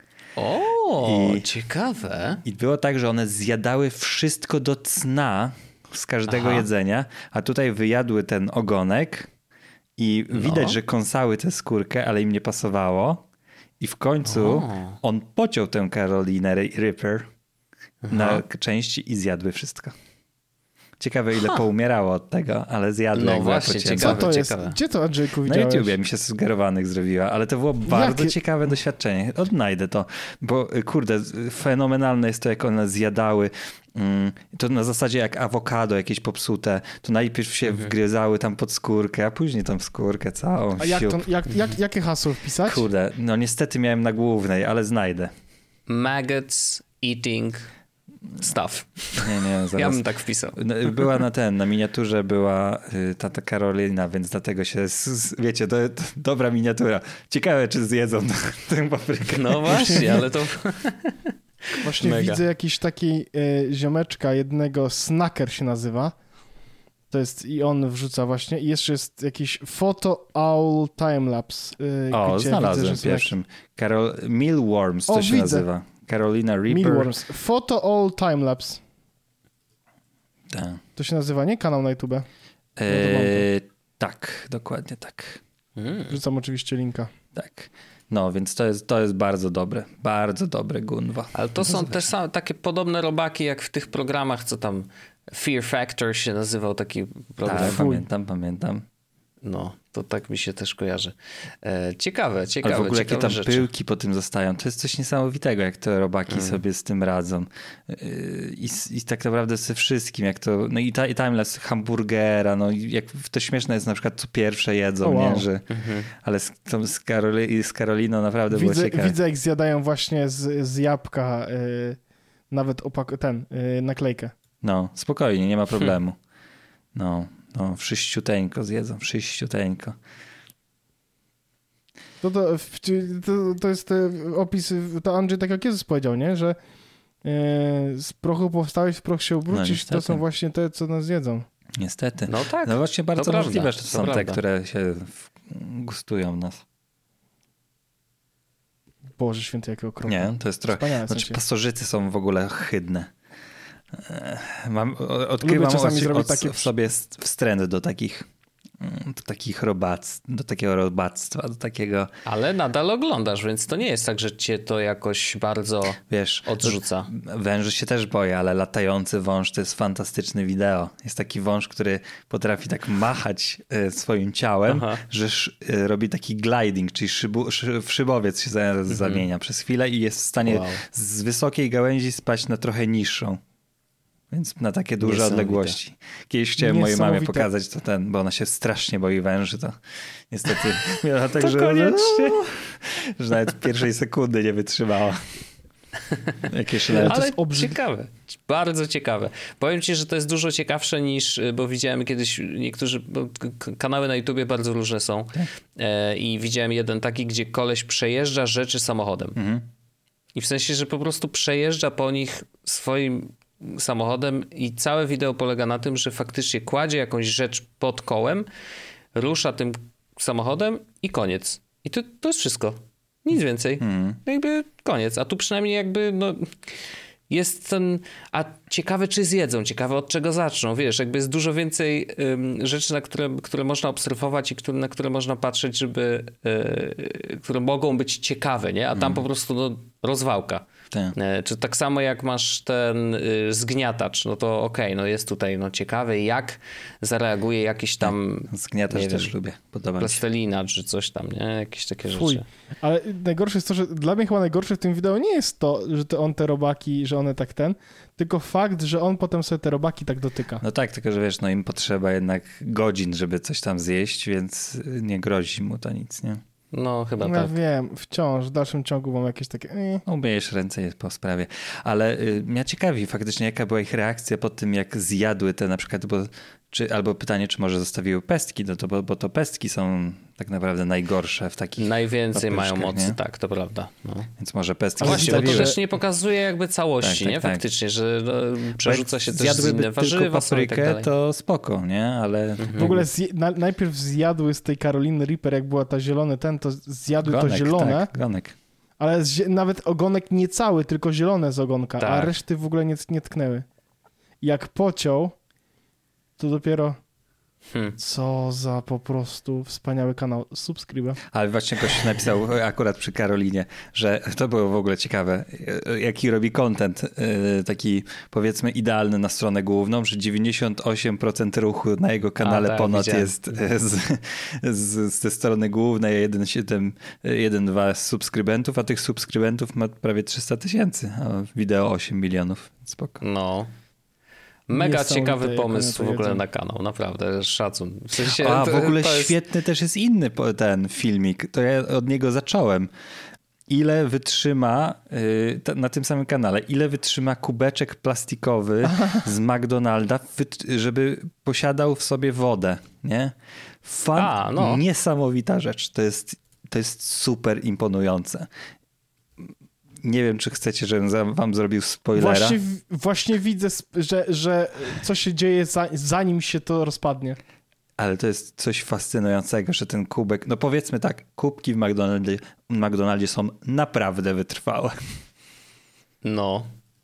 O, I- ciekawe. I było tak, że one zjadały wszystko do cna z każdego jedzenia, a tutaj wyjadły ten ogonek i widać, że kąsały tę skórkę, ale im nie pasowało. I w końcu on pociął tę Carolinę Reaper na części i zjadły wszystko. Ciekawe, ile poumierało od tego, ale zjadły. No jak była właśnie, pocięta. Co to jest? ciekawe. Gdzie to, Andrzejku, Na widziałeś? YouTubie mi się zgarowanych zrobiła, ale to było bardzo Jakie- ciekawe doświadczenie. Odnajdę to, bo kurde, fenomenalne jest to, jak one zjadały. To na zasadzie jak awokado jakieś popsute, to najpierw się wgryzały tam pod skórkę, a później tam skórkę całą. A jak to, siup. jakie hasło wpisać? Kurde, no niestety miałem na głównej, ale znajdę. Maggots eating stuff. Nie, zaraz. Ja bym tak wpisał. Była na miniaturze była tata Karolina, więc dlatego się, wiecie, to dobra miniatura. Ciekawe, czy zjedzą tę paprykę. No właśnie, ale to... Właśnie Mega. widzę jakiś taki ziomeczka jednego, Snacker się nazywa. To jest i on wrzuca właśnie. I jeszcze jest jakiś Photo Owl Timelapse. O, gdzie znalazłem widzę, że są pierwszym. Mealworms to O, się widzę. nazywa. Carolina jakieś Reaper. Mealworms. Photo Owl Timelapse. Tak. To się nazywa, nie? Kanał na YouTube. Tak, dokładnie tak. Wrzucam oczywiście linka. Tak. No, więc to jest bardzo dobre. Bardzo dobre Gunwa. Ale to są też same, takie podobne robaki jak w tych programach, co tam Fear Factor się nazywał taki program. Tak, pamiętam. No, to tak mi się też kojarzy. Ciekawe, Ale w ogóle jakie tam rzeczy. pyłki po tym zostają. To jest coś niesamowitego, jak te robaki sobie z tym radzą. I tak naprawdę ze wszystkim, jak to... No i timelapse hamburgera, no jak to śmieszne jest na przykład, co pierwsze jedzą, nie? Że, ale z Karoliną naprawdę było ciekawe. Widzę, jak zjadają właśnie z jabłka nawet naklejkę. No, spokojnie, nie ma problemu. No, wszyściuteńko zjedzą, wszyściuteńko. To jest opis, to Andrzej tak jak Jezus powiedział, nie? Że z prochu powstałeś, w proch się obrócisz, to są właśnie te, co nas jedzą. Niestety. No tak. No właśnie bardzo to możliwe, prawda, że to są te, które się gustują w nas. Boże święty, jakie okropne. Nie, to jest trochę... Wspaniałe, Znaczy pasożyty są w ogóle hydne. Lubię Odkrywam czasami zrobić takie... w sobie wstręt do takich do takiego robactwa, do takiego... Ale nadal oglądasz, więc to nie jest tak, że cię to jakoś bardzo odrzuca. Węży się też boję, ale latający wąż to jest fantastyczne wideo. Jest taki wąż, który potrafi tak machać swoim ciałem, że robi taki gliding, czyli w szybowiec się zamienia przez chwilę i jest w stanie z wysokiej gałęzi spaść na trochę niższą. Więc na takie duże odległości. Kiedyś chciałem mojej mamie pokazać to bo ona się strasznie boi węży, to niestety miała tak, że nawet pierwszej sekundy nie wytrzymała. Ale ciekawe, bardzo ciekawe. Powiem ci, że to jest dużo ciekawsze niż, bo widziałem kiedyś kanały na YouTubie bardzo różne są i widziałem jeden taki, gdzie koleś przejeżdża rzeczy samochodem. I w sensie, że po prostu przejeżdża po nich swoim samochodem i całe wideo polega na tym, że faktycznie kładzie jakąś rzecz pod kołem, rusza tym samochodem i koniec. I to jest wszystko. Nic więcej. Jakby koniec. A tu przynajmniej jakby jest ten... A ciekawe, czy zjedzą, ciekawe, od czego zaczną. Wiesz, jakby jest dużo więcej rzeczy, na które można obserwować i na które można patrzeć, które mogą być ciekawe, nie? A tam po prostu rozwałka. Czy tak samo jak masz ten zgniatacz, no to okej, no jest tutaj ciekawy, jak zareaguje jakiś tam... Zgniatacz też lubię, podoba mi się. Plastelina czy coś tam, nie? Jakieś takie rzeczy. Ale najgorsze jest to, że dla mnie chyba najgorsze w tym wideo nie jest to, że on te robaki, że one tak tylko fakt, że on potem sobie te robaki tak dotyka. No tak, tylko że wiesz, im potrzeba jednak godzin, żeby coś tam zjeść, więc nie grozi mu to nic, nie? No chyba tak. Ja wiem, wciąż w dalszym ciągu mam jakieś takie... Umyjesz ręce, jest po sprawie. Ale mnie ciekawi faktycznie, jaka była ich reakcja po tym, jak zjadły te na przykład, albo pytanie, czy może zostawiły pestki, bo to pestki są tak naprawdę najgorsze w takich najwięcej mają mocy, nie? Tak, to prawda. No. Więc może pestki właśnie, bo to też nie pokazuje jakby całości, tak, nie? tak. Faktycznie, że przerzuca się też zjadłyby inne warzywa tylko paprykę, i tak dalej. to spoko, nie? Ale... W ogóle najpierw zjadły z tej Caroliny Reaper, jak była ta zielone to zjadły gonek, to zielone. Tak, gonek. Ale nawet ogonek nie cały, tylko zielone z ogonka, a reszty w ogóle nie tknęły. Jak pociął, to dopiero... Co za po prostu wspaniały kanał. Subskrybuję. Ale właśnie ktoś napisał akurat przy Karolinie, że to było w ogóle ciekawe, jaki robi content taki powiedzmy idealny na stronę główną, że 98% ruchu na jego kanale ponad widziałem. Jest z tej strony głównej, 1,2 subskrybentów, a tych subskrybentów ma prawie 300 000, a wideo 8 milionów. Spoko. No. Mega ciekawy pomysł w ogóle na kanał, naprawdę, szacun. W sensie, w ogóle świetny też jest inny ten filmik, to ja od niego zacząłem. Ile wytrzyma, na tym samym kanale, ile wytrzyma kubeczek plastikowy z McDonalda, żeby posiadał w sobie wodę, nie? Niesamowita rzecz, to jest super imponujące. Nie wiem, czy chcecie, żebym wam zrobił spoilera. Właśnie widzę, że co się dzieje zanim się to rozpadnie. Ale to jest coś fascynującego, że ten kubek, no powiedzmy tak, kubki w McDonaldzie są naprawdę wytrwałe. No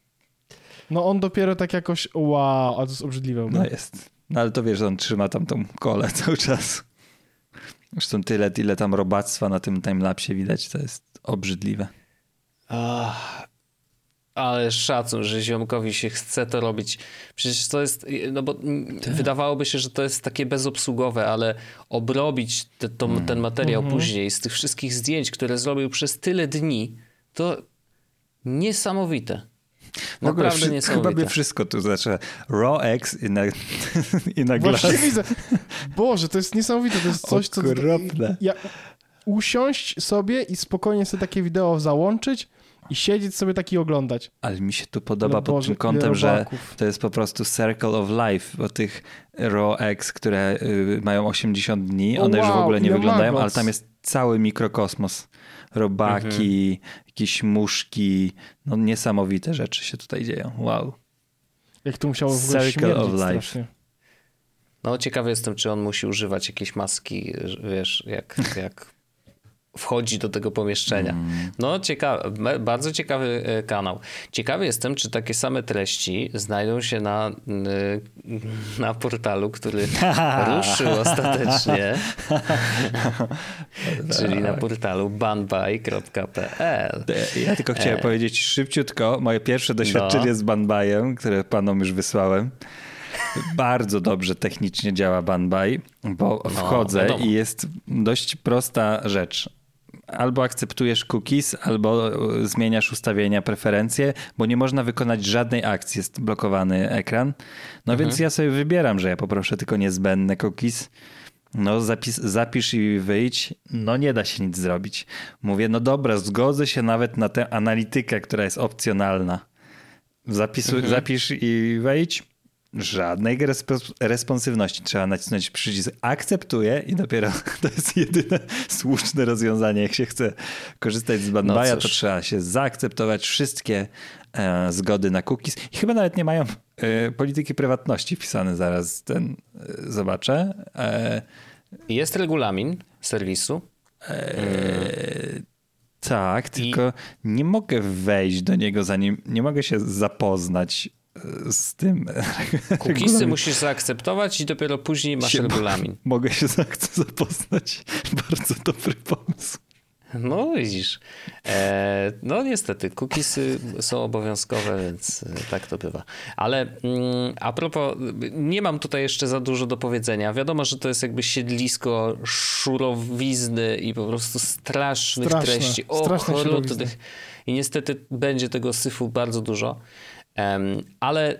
No on dopiero tak jakoś, wow, a to jest obrzydliwe. No jest. No ale to wiesz, że on trzyma tam tą kolę cały czas. Zresztą ile tam robactwa na tym timelapsie widać, to jest obrzydliwe. Ale szacun, że ziomkowi się chce to robić. Przecież to jest, no bo wydawałoby się, że to jest takie bezobsługowe, ale obrobić ten materiał później z tych wszystkich zdjęć, które zrobił przez tyle dni, to niesamowite. Naprawdę niesamowite. Chyba by wszystko tu znaczy RawX i na Właśnie glas. widzę. Boże, to jest niesamowite. To jest coś, co... Okropne. Usiąść sobie i spokojnie sobie takie wideo załączyć i siedzieć sobie tak i oglądać. Ale mi się tu podoba Ale pod Boże, tym kątem, ile że robaków. to jest po prostu circle of life, bo tych RawX, które mają 80 dni, O one już w wow, ogóle nie ile wyglądają, maglots. ale tam jest cały mikrokosmos. Robaki, jakieś muszki, no niesamowite rzeczy się tutaj dzieją. Wow. Jak to musiało w ogóle Circle of śmierdzić life. strasznie. No ciekawy jestem, czy on musi używać jakiejś maski, wiesz, jak wchodzi do tego pomieszczenia. No bardzo ciekawy kanał. Ciekawy jestem, czy takie same treści znajdą się na portalu, który ruszył ostatecznie, czyli na portalu banbuy.pl. Ja tylko chciałem powiedzieć szybciutko, moje pierwsze doświadczenie z Banbayem, które panom już wysłałem. Bardzo dobrze technicznie działa Banbuy, bo wchodzę wiadomo. i jest dość prosta rzecz. Albo akceptujesz cookies, albo zmieniasz ustawienia, preferencje, bo nie można wykonać żadnej akcji, jest blokowany ekran. No więc ja sobie wybieram, że ja poproszę tylko niezbędne cookies. No zapisz i wyjdź, no nie da się nic zrobić. Mówię, no dobra, zgodzę się nawet na tę analitykę, która jest opcjonalna. Zapisz i wejdź. Żadnej responsywności. Trzeba nacisnąć przycisk akceptuję i dopiero to jest jedyne słuszne rozwiązanie. Jak się chce korzystać z Banbuya, to trzeba się zaakceptować wszystkie zgody na cookies. I chyba nawet nie mają polityki prywatności wpisane. Zaraz zobaczę. Jest regulamin serwisu. Tak, tylko nie mogę wejść do niego nie mogę się zapoznać z tym. Cookiesy musisz zaakceptować i dopiero później masz regulamin. Mogę się zapoznać. Bardzo dobry pomysł. No widzisz. No niestety, cookiesy są obowiązkowe, więc tak to bywa. Ale a propos, nie mam tutaj jeszcze za dużo do powiedzenia. Wiadomo, że to jest jakby siedlisko szurowizny i po prostu strasznych treści. Okrutnych. I niestety będzie tego syfu bardzo dużo. Ale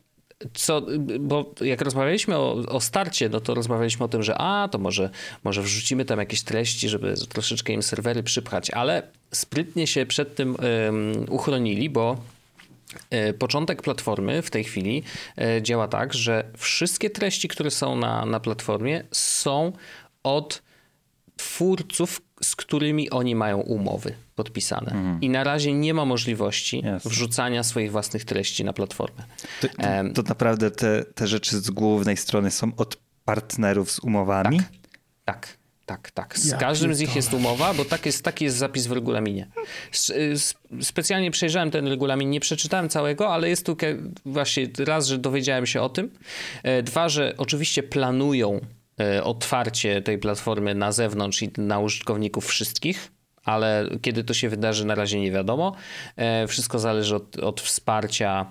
bo jak rozmawialiśmy o starcie, no to rozmawialiśmy o tym, że to może wrzucimy tam jakieś treści, żeby troszeczkę im serwery przypchać, ale sprytnie się przed tym uchronili, bo początek platformy w tej chwili działa tak, że wszystkie treści, które są na platformie, są od twórców, z którymi oni mają umowy podpisane. I na razie nie ma możliwości wrzucania swoich własnych treści na platformę. To naprawdę te rzeczy z głównej strony są od partnerów z umowami? Tak. Z każdym z nich jest umowa, bo taki jest zapis w regulaminie. Specjalnie przejrzałem ten regulamin, nie przeczytałem całego, ale jest tu właśnie raz, że dowiedziałem się o tym. Dwa, że oczywiście planują otwarcie tej platformy na zewnątrz i na użytkowników wszystkich, ale kiedy to się wydarzy, na razie nie wiadomo. Wszystko zależy od wsparcia,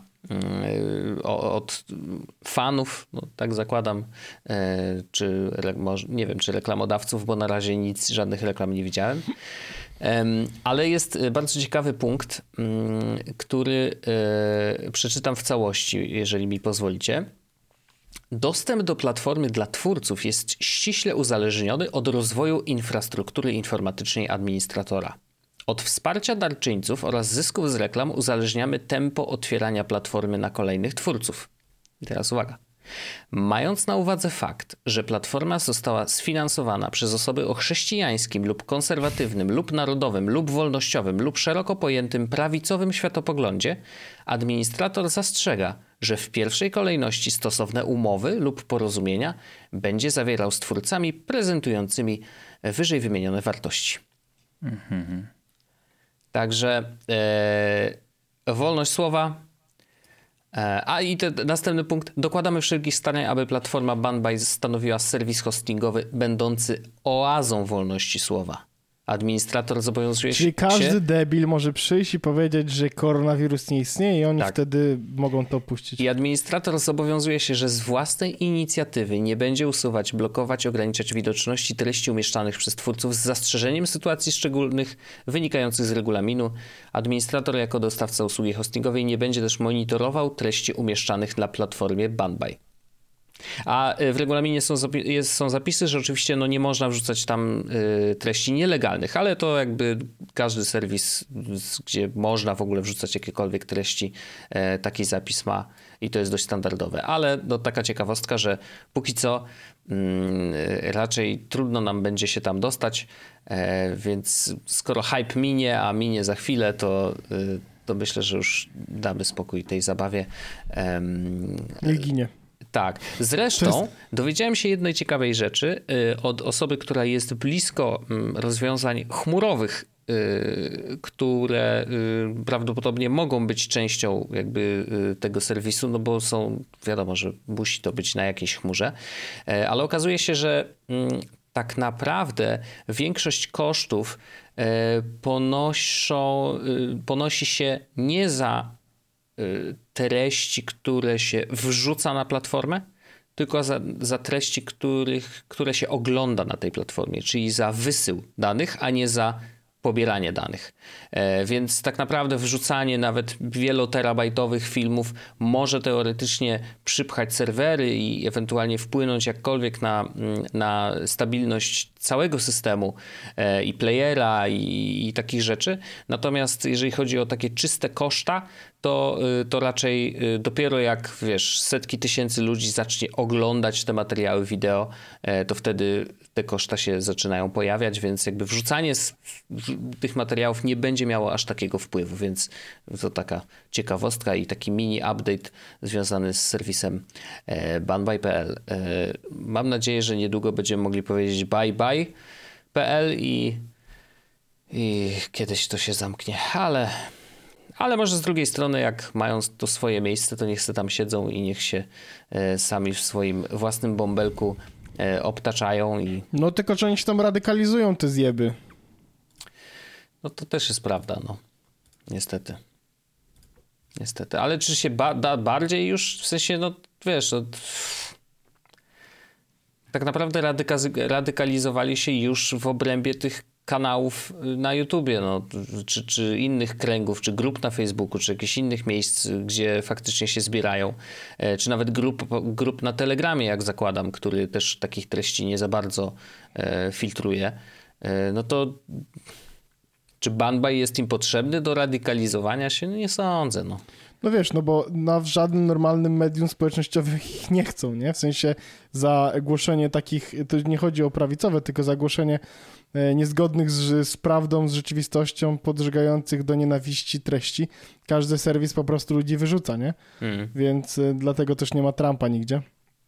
od fanów, no, tak zakładam, czy nie wiem, czy reklamodawców, bo na razie żadnych reklam nie widziałem. Ale jest bardzo ciekawy punkt, który przeczytam w całości, jeżeli mi pozwolicie. Dostęp do platformy dla twórców jest ściśle uzależniony od rozwoju infrastruktury informatycznej administratora. Od wsparcia darczyńców oraz zysków z reklam uzależniamy tempo otwierania platformy na kolejnych twórców. I teraz uwaga. Mając na uwadze fakt, że platforma została sfinansowana przez osoby o chrześcijańskim lub konserwatywnym lub narodowym lub wolnościowym lub szeroko pojętym prawicowym światopoglądzie, administrator zastrzega, że w pierwszej kolejności stosowne umowy lub porozumienia będzie zawierał z twórcami prezentującymi wyżej wymienione wartości. Także wolność słowa. I następny punkt. Dokładamy wszelkich starań, aby platforma Banbuy stanowiła serwis hostingowy będący oazą wolności słowa. Administrator zobowiązuje się... Czyli każdy debil może przyjść i powiedzieć, że koronawirus nie istnieje i oni Tak. wtedy mogą to opuścić. I administrator zobowiązuje się, że z własnej inicjatywy nie będzie usuwać, blokować, ograniczać widoczności treści umieszczanych przez twórców z zastrzeżeniem sytuacji szczególnych wynikających z regulaminu. Administrator jako dostawca usługi hostingowej nie będzie też monitorował treści umieszczanych na platformie Banbay. A w regulaminie są zapisy, że oczywiście nie można wrzucać tam treści nielegalnych, ale to jakby każdy serwis, gdzie można w ogóle wrzucać jakiekolwiek treści, taki zapis ma i to jest dość standardowe. Ale taka ciekawostka, że póki co raczej trudno nam będzie się tam dostać, więc skoro hype minie, a minie za chwilę, to myślę, że już damy spokój tej zabawie. Niech ginie. Tak. Zresztą dowiedziałem się jednej ciekawej rzeczy od osoby, która jest blisko rozwiązań chmurowych, które prawdopodobnie mogą być częścią jakby tego serwisu, no bo wiadomo, że musi to być na jakiejś chmurze, ale okazuje się, że tak naprawdę większość kosztów ponosi się nie za treści, które się wrzuca na platformę, tylko za treści, które się ogląda na tej platformie, czyli za wysył danych, a nie za pobieranie danych. Więc tak naprawdę wrzucanie nawet wieloterabajtowych filmów może teoretycznie przypchać serwery i ewentualnie wpłynąć jakkolwiek na stabilność całego systemu i playera i takich rzeczy. Natomiast jeżeli chodzi o takie czyste koszta, to raczej dopiero jak setki tysięcy ludzi zacznie oglądać te materiały wideo, to wtedy te koszta się zaczynają pojawiać, więc jakby wrzucanie tych materiałów nie będzie miało aż takiego wpływu, więc to taka ciekawostka i taki mini update związany z serwisem banbay.pl. Mam nadzieję, że niedługo będziemy mogli powiedzieć bye.pl i kiedyś to się zamknie, ale może z drugiej strony, jak mają to swoje miejsce, to niech se tam siedzą i niech się sami w swoim własnym bąbelku obtaczają. No tylko, że oni się tam radykalizują, te zjeby. No to też jest prawda, no. Niestety. Ale czy się bardziej już, w sensie, tak naprawdę radykalizowali się już w obrębie tych kanałów na YouTubie, czy innych kręgów, czy grup na Facebooku, czy jakichś innych miejsc, gdzie faktycznie się zbierają, czy nawet grup na Telegramie, jak zakładam, który też takich treści nie za bardzo filtruje, no to czy Banbay jest im potrzebny do radykalizowania się? Nie sądzę, no. No wiesz, bo w żadnym normalnym medium społecznościowym ich nie chcą, nie? W sensie za głoszenie takich, to nie chodzi o prawicowe, tylko za głoszenie niezgodnych z prawdą, z rzeczywistością, podżegających do nienawiści treści. Każdy serwis po prostu ludzi wyrzuca, nie? Więc dlatego też nie ma Trumpa nigdzie.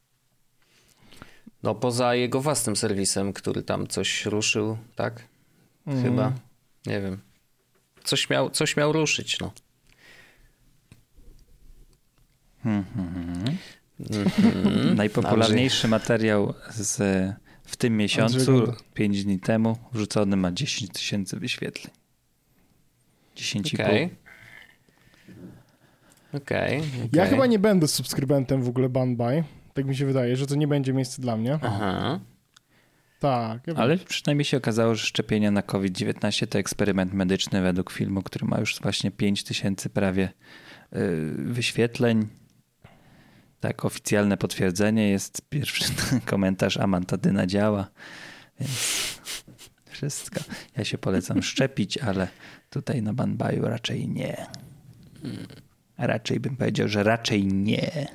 No poza jego własnym serwisem, który tam coś ruszył, tak? Chyba. Nie wiem. Coś miał ruszyć, no. Najpopularniejszy materiał w tym miesiącu, 5 dni temu, wrzucony ma 10 000 wyświetleń. 10,5. Okej. Ja chyba nie będę subskrybentem w ogóle Banbay. Tak mi się wydaje, że to nie będzie miejsce dla mnie. Aha. Tak. Ale przynajmniej się okazało, że szczepienia na COVID-19 to eksperyment medyczny według filmu, który ma już właśnie 5 000 prawie wyświetleń. Tak, oficjalne potwierdzenie jest pierwszy komentarz Amantadyna działa, więc wszystko. Ja się polecam szczepić, ale tutaj na Banbayu raczej nie. Raczej bym powiedział, że raczej nie.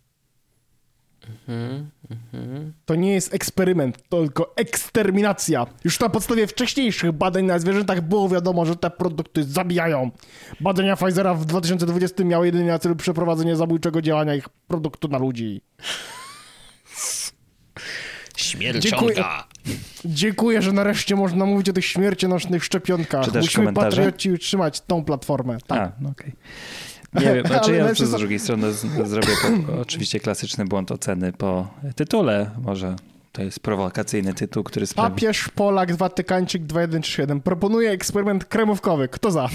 To nie jest eksperyment, to tylko eksterminacja. Już na podstawie wcześniejszych badań na zwierzętach było wiadomo, że te produkty zabijają. Badania Pfizera w 2020 miały jedynie na celu przeprowadzenie zabójczego działania ich produktu na ludzi. Śmiercionka. Dziękuję, że nareszcie można mówić o tych śmiercionośnych szczepionkach. Czytasz Musimy komentarze? patrioci utrzymać tą platformę. Tak. Okej. Nie wiem, znaczy Ale ja lepsze z są- drugiej strony zrobię oczywiście klasyczny błąd oceny po tytule. Może To jest prowokacyjny tytuł, który sprawi... Papież, Polak, Watykańczyk 2137 proponuje eksperyment kremówkowy. Kto za?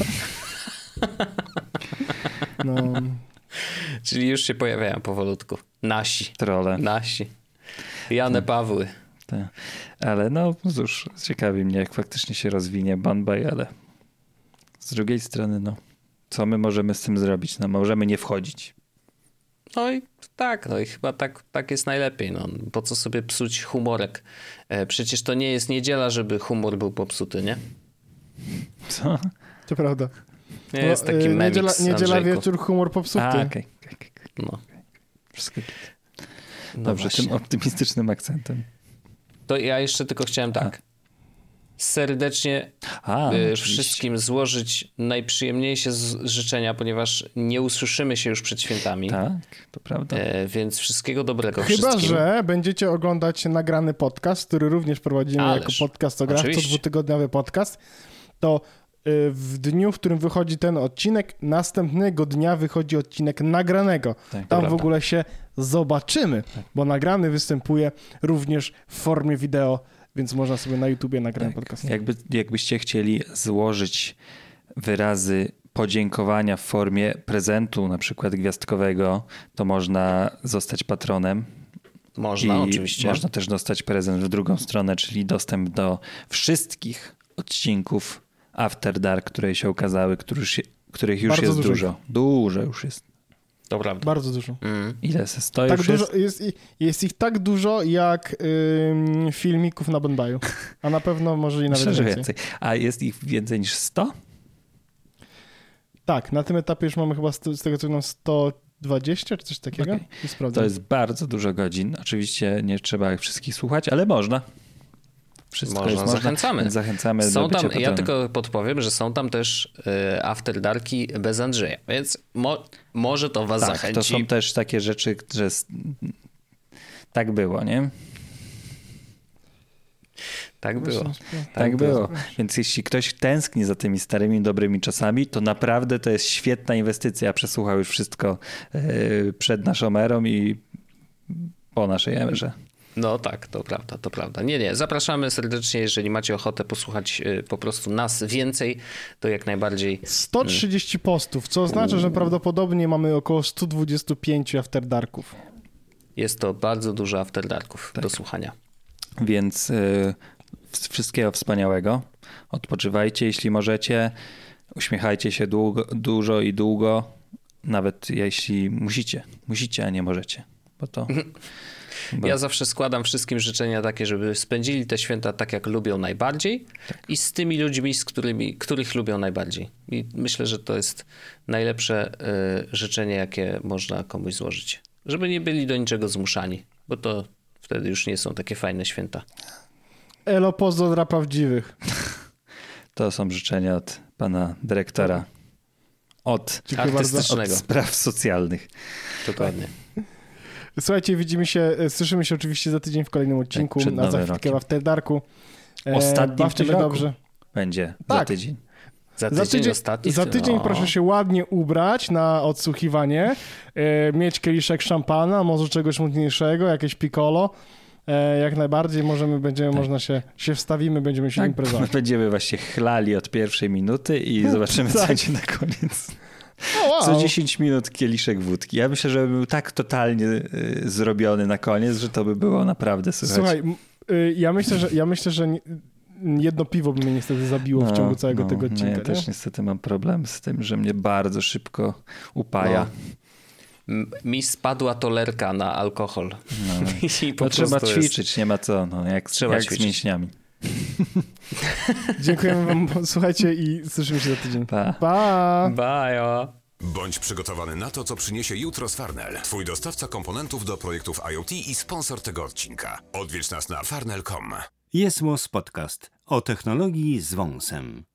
No. Czyli już się pojawiają powolutku. Nasi. Trole. Nasi. Jane Pawły. Tak. Ale no cóż, ciekawi mnie, jak faktycznie się rozwinie Banbay, ale z drugiej strony, no, co my możemy z tym zrobić? No, możemy nie wchodzić. No i tak, no i chyba tak jest najlepiej. No. Po co sobie psuć humorek? Przecież to nie jest niedziela, żeby humor był popsuty, nie? Co? To prawda. Nie jest taki memik z Niedziela Andrzejków. wieczór, humor popsuty. Okej. No. Wszystko No dobrze, właśnie. tym optymistycznym akcentem. To ja jeszcze tylko chciałem tak. Serdecznie wszystkim złożyć najprzyjemniejsze życzenia, ponieważ nie usłyszymy się już przed świętami. Tak, to prawda. Więc wszystkiego dobrego Chyba, wszystkim. że będziecie oglądać nagrany podcast, który również prowadzimy Ależ, jako podcast o grach, co oczywiście. dwutygodniowy podcast, to w dniu, w którym wychodzi ten odcinek, następnego dnia wychodzi odcinek nagranego. Tak, Tam w prawda. ogóle się zobaczymy, bo nagrany występuje również w formie wideo, więc można sobie na YouTubie nagrać podcast. Jakbyście chcieli złożyć wyrazy podziękowania w formie prezentu, na przykład gwiazdkowego, to można zostać patronem. Można, oczywiście. Można też dostać prezent w drugą stronę, czyli dostęp do wszystkich odcinków After Dark, które się ukazały, których już Bardzo jest dużo. dużo. Dużo już jest. To prawda. Bardzo dużo. Ile se stoi? Tak już dużo jest ich tak dużo, jak filmików na Banbayu. A na pewno może i nawet Myślę, że więcej. więcej. A jest ich więcej niż 100? Tak, na tym etapie już mamy chyba z tego co wiem 120 czy coś takiego. Okej. I sprawdzę. To jest bardzo dużo godzin. Oczywiście nie trzeba ich wszystkich słuchać, ale można. Wszystko Można, jest można. zachęcamy. Więc zachęcamy do Są bycia tam, ja patronem. tylko podpowiem, że są tam też After Darki bez Andrzeja, więc może to was Tak, zachęci. to są też takie rzeczy, że tak było, nie? Tak było. Tak było. Więc jeśli ktoś tęskni za tymi starymi, dobrymi czasami, to naprawdę to jest świetna inwestycja. Przesłuchał już wszystko przed naszą erą i po naszej erze. No tak, to prawda, to prawda. Nie, zapraszamy serdecznie, jeżeli macie ochotę posłuchać po prostu nas więcej, to jak najbardziej. 130 postów, co oznacza, że prawdopodobnie mamy około 125 After Darków. Jest to bardzo dużo After Darków do słuchania. Więc wszystkiego wspaniałego. Odpoczywajcie, jeśli możecie. Uśmiechajcie się dużo i długo. Nawet jeśli musicie. Musicie, a nie możecie. Bo to... Ja zawsze składam wszystkim życzenia takie, żeby spędzili te święta tak, jak lubią najbardziej i z tymi ludźmi, których lubią najbardziej. I myślę, że to jest najlepsze życzenie, jakie można komuś złożyć. Żeby nie byli do niczego zmuszani, bo to wtedy już nie są takie fajne święta. Elo, pozdro dla prawdziwych. To są życzenia od pana dyrektora. Od Artystycznego. spraw socjalnych. Dokładnie. Słuchajcie, słyszymy się oczywiście za tydzień w kolejnym odcinku, przed a za Nowym chwilkę rokiem. w After Darku. Ostatnim w Bawcie tym się roku. dobrze. Będzie za Tak. tydzień. Za tydzień Proszę się ładnie ubrać na odsłuchiwanie, mieć kieliszek szampana, może czegoś mocniejszego, jakieś piccolo. Jak najbardziej można się wstawimy, będziemy się imprezować. Będziemy właśnie chlali od pierwszej minuty i zobaczymy, co Tak. będzie na koniec. Wow. Co 10 minut kieliszek wódki. Ja myślę, że był tak totalnie zrobiony na koniec, że to by było naprawdę słychać. Słuchaj, ja myślę, że jedno piwo by mnie niestety zabiło w ciągu całego tego odcinka. Ja też niestety mam problem z tym, że mnie bardzo szybko upaja. Mi spadła tolerka na alkohol. I po trzeba prostu ćwiczyć, nie ma co. Jak z mięśniami. Dziękujemy wam, słuchajcie i słyszymy się za tydzień. Pa. Pa! Bye. Bądź przygotowany na to, co przyniesie jutro z Farnell. Twój dostawca komponentów do projektów IoT i sponsor tego odcinka. Odwiedź nas na farnell.com. Jest Podcast o technologii z wąsem.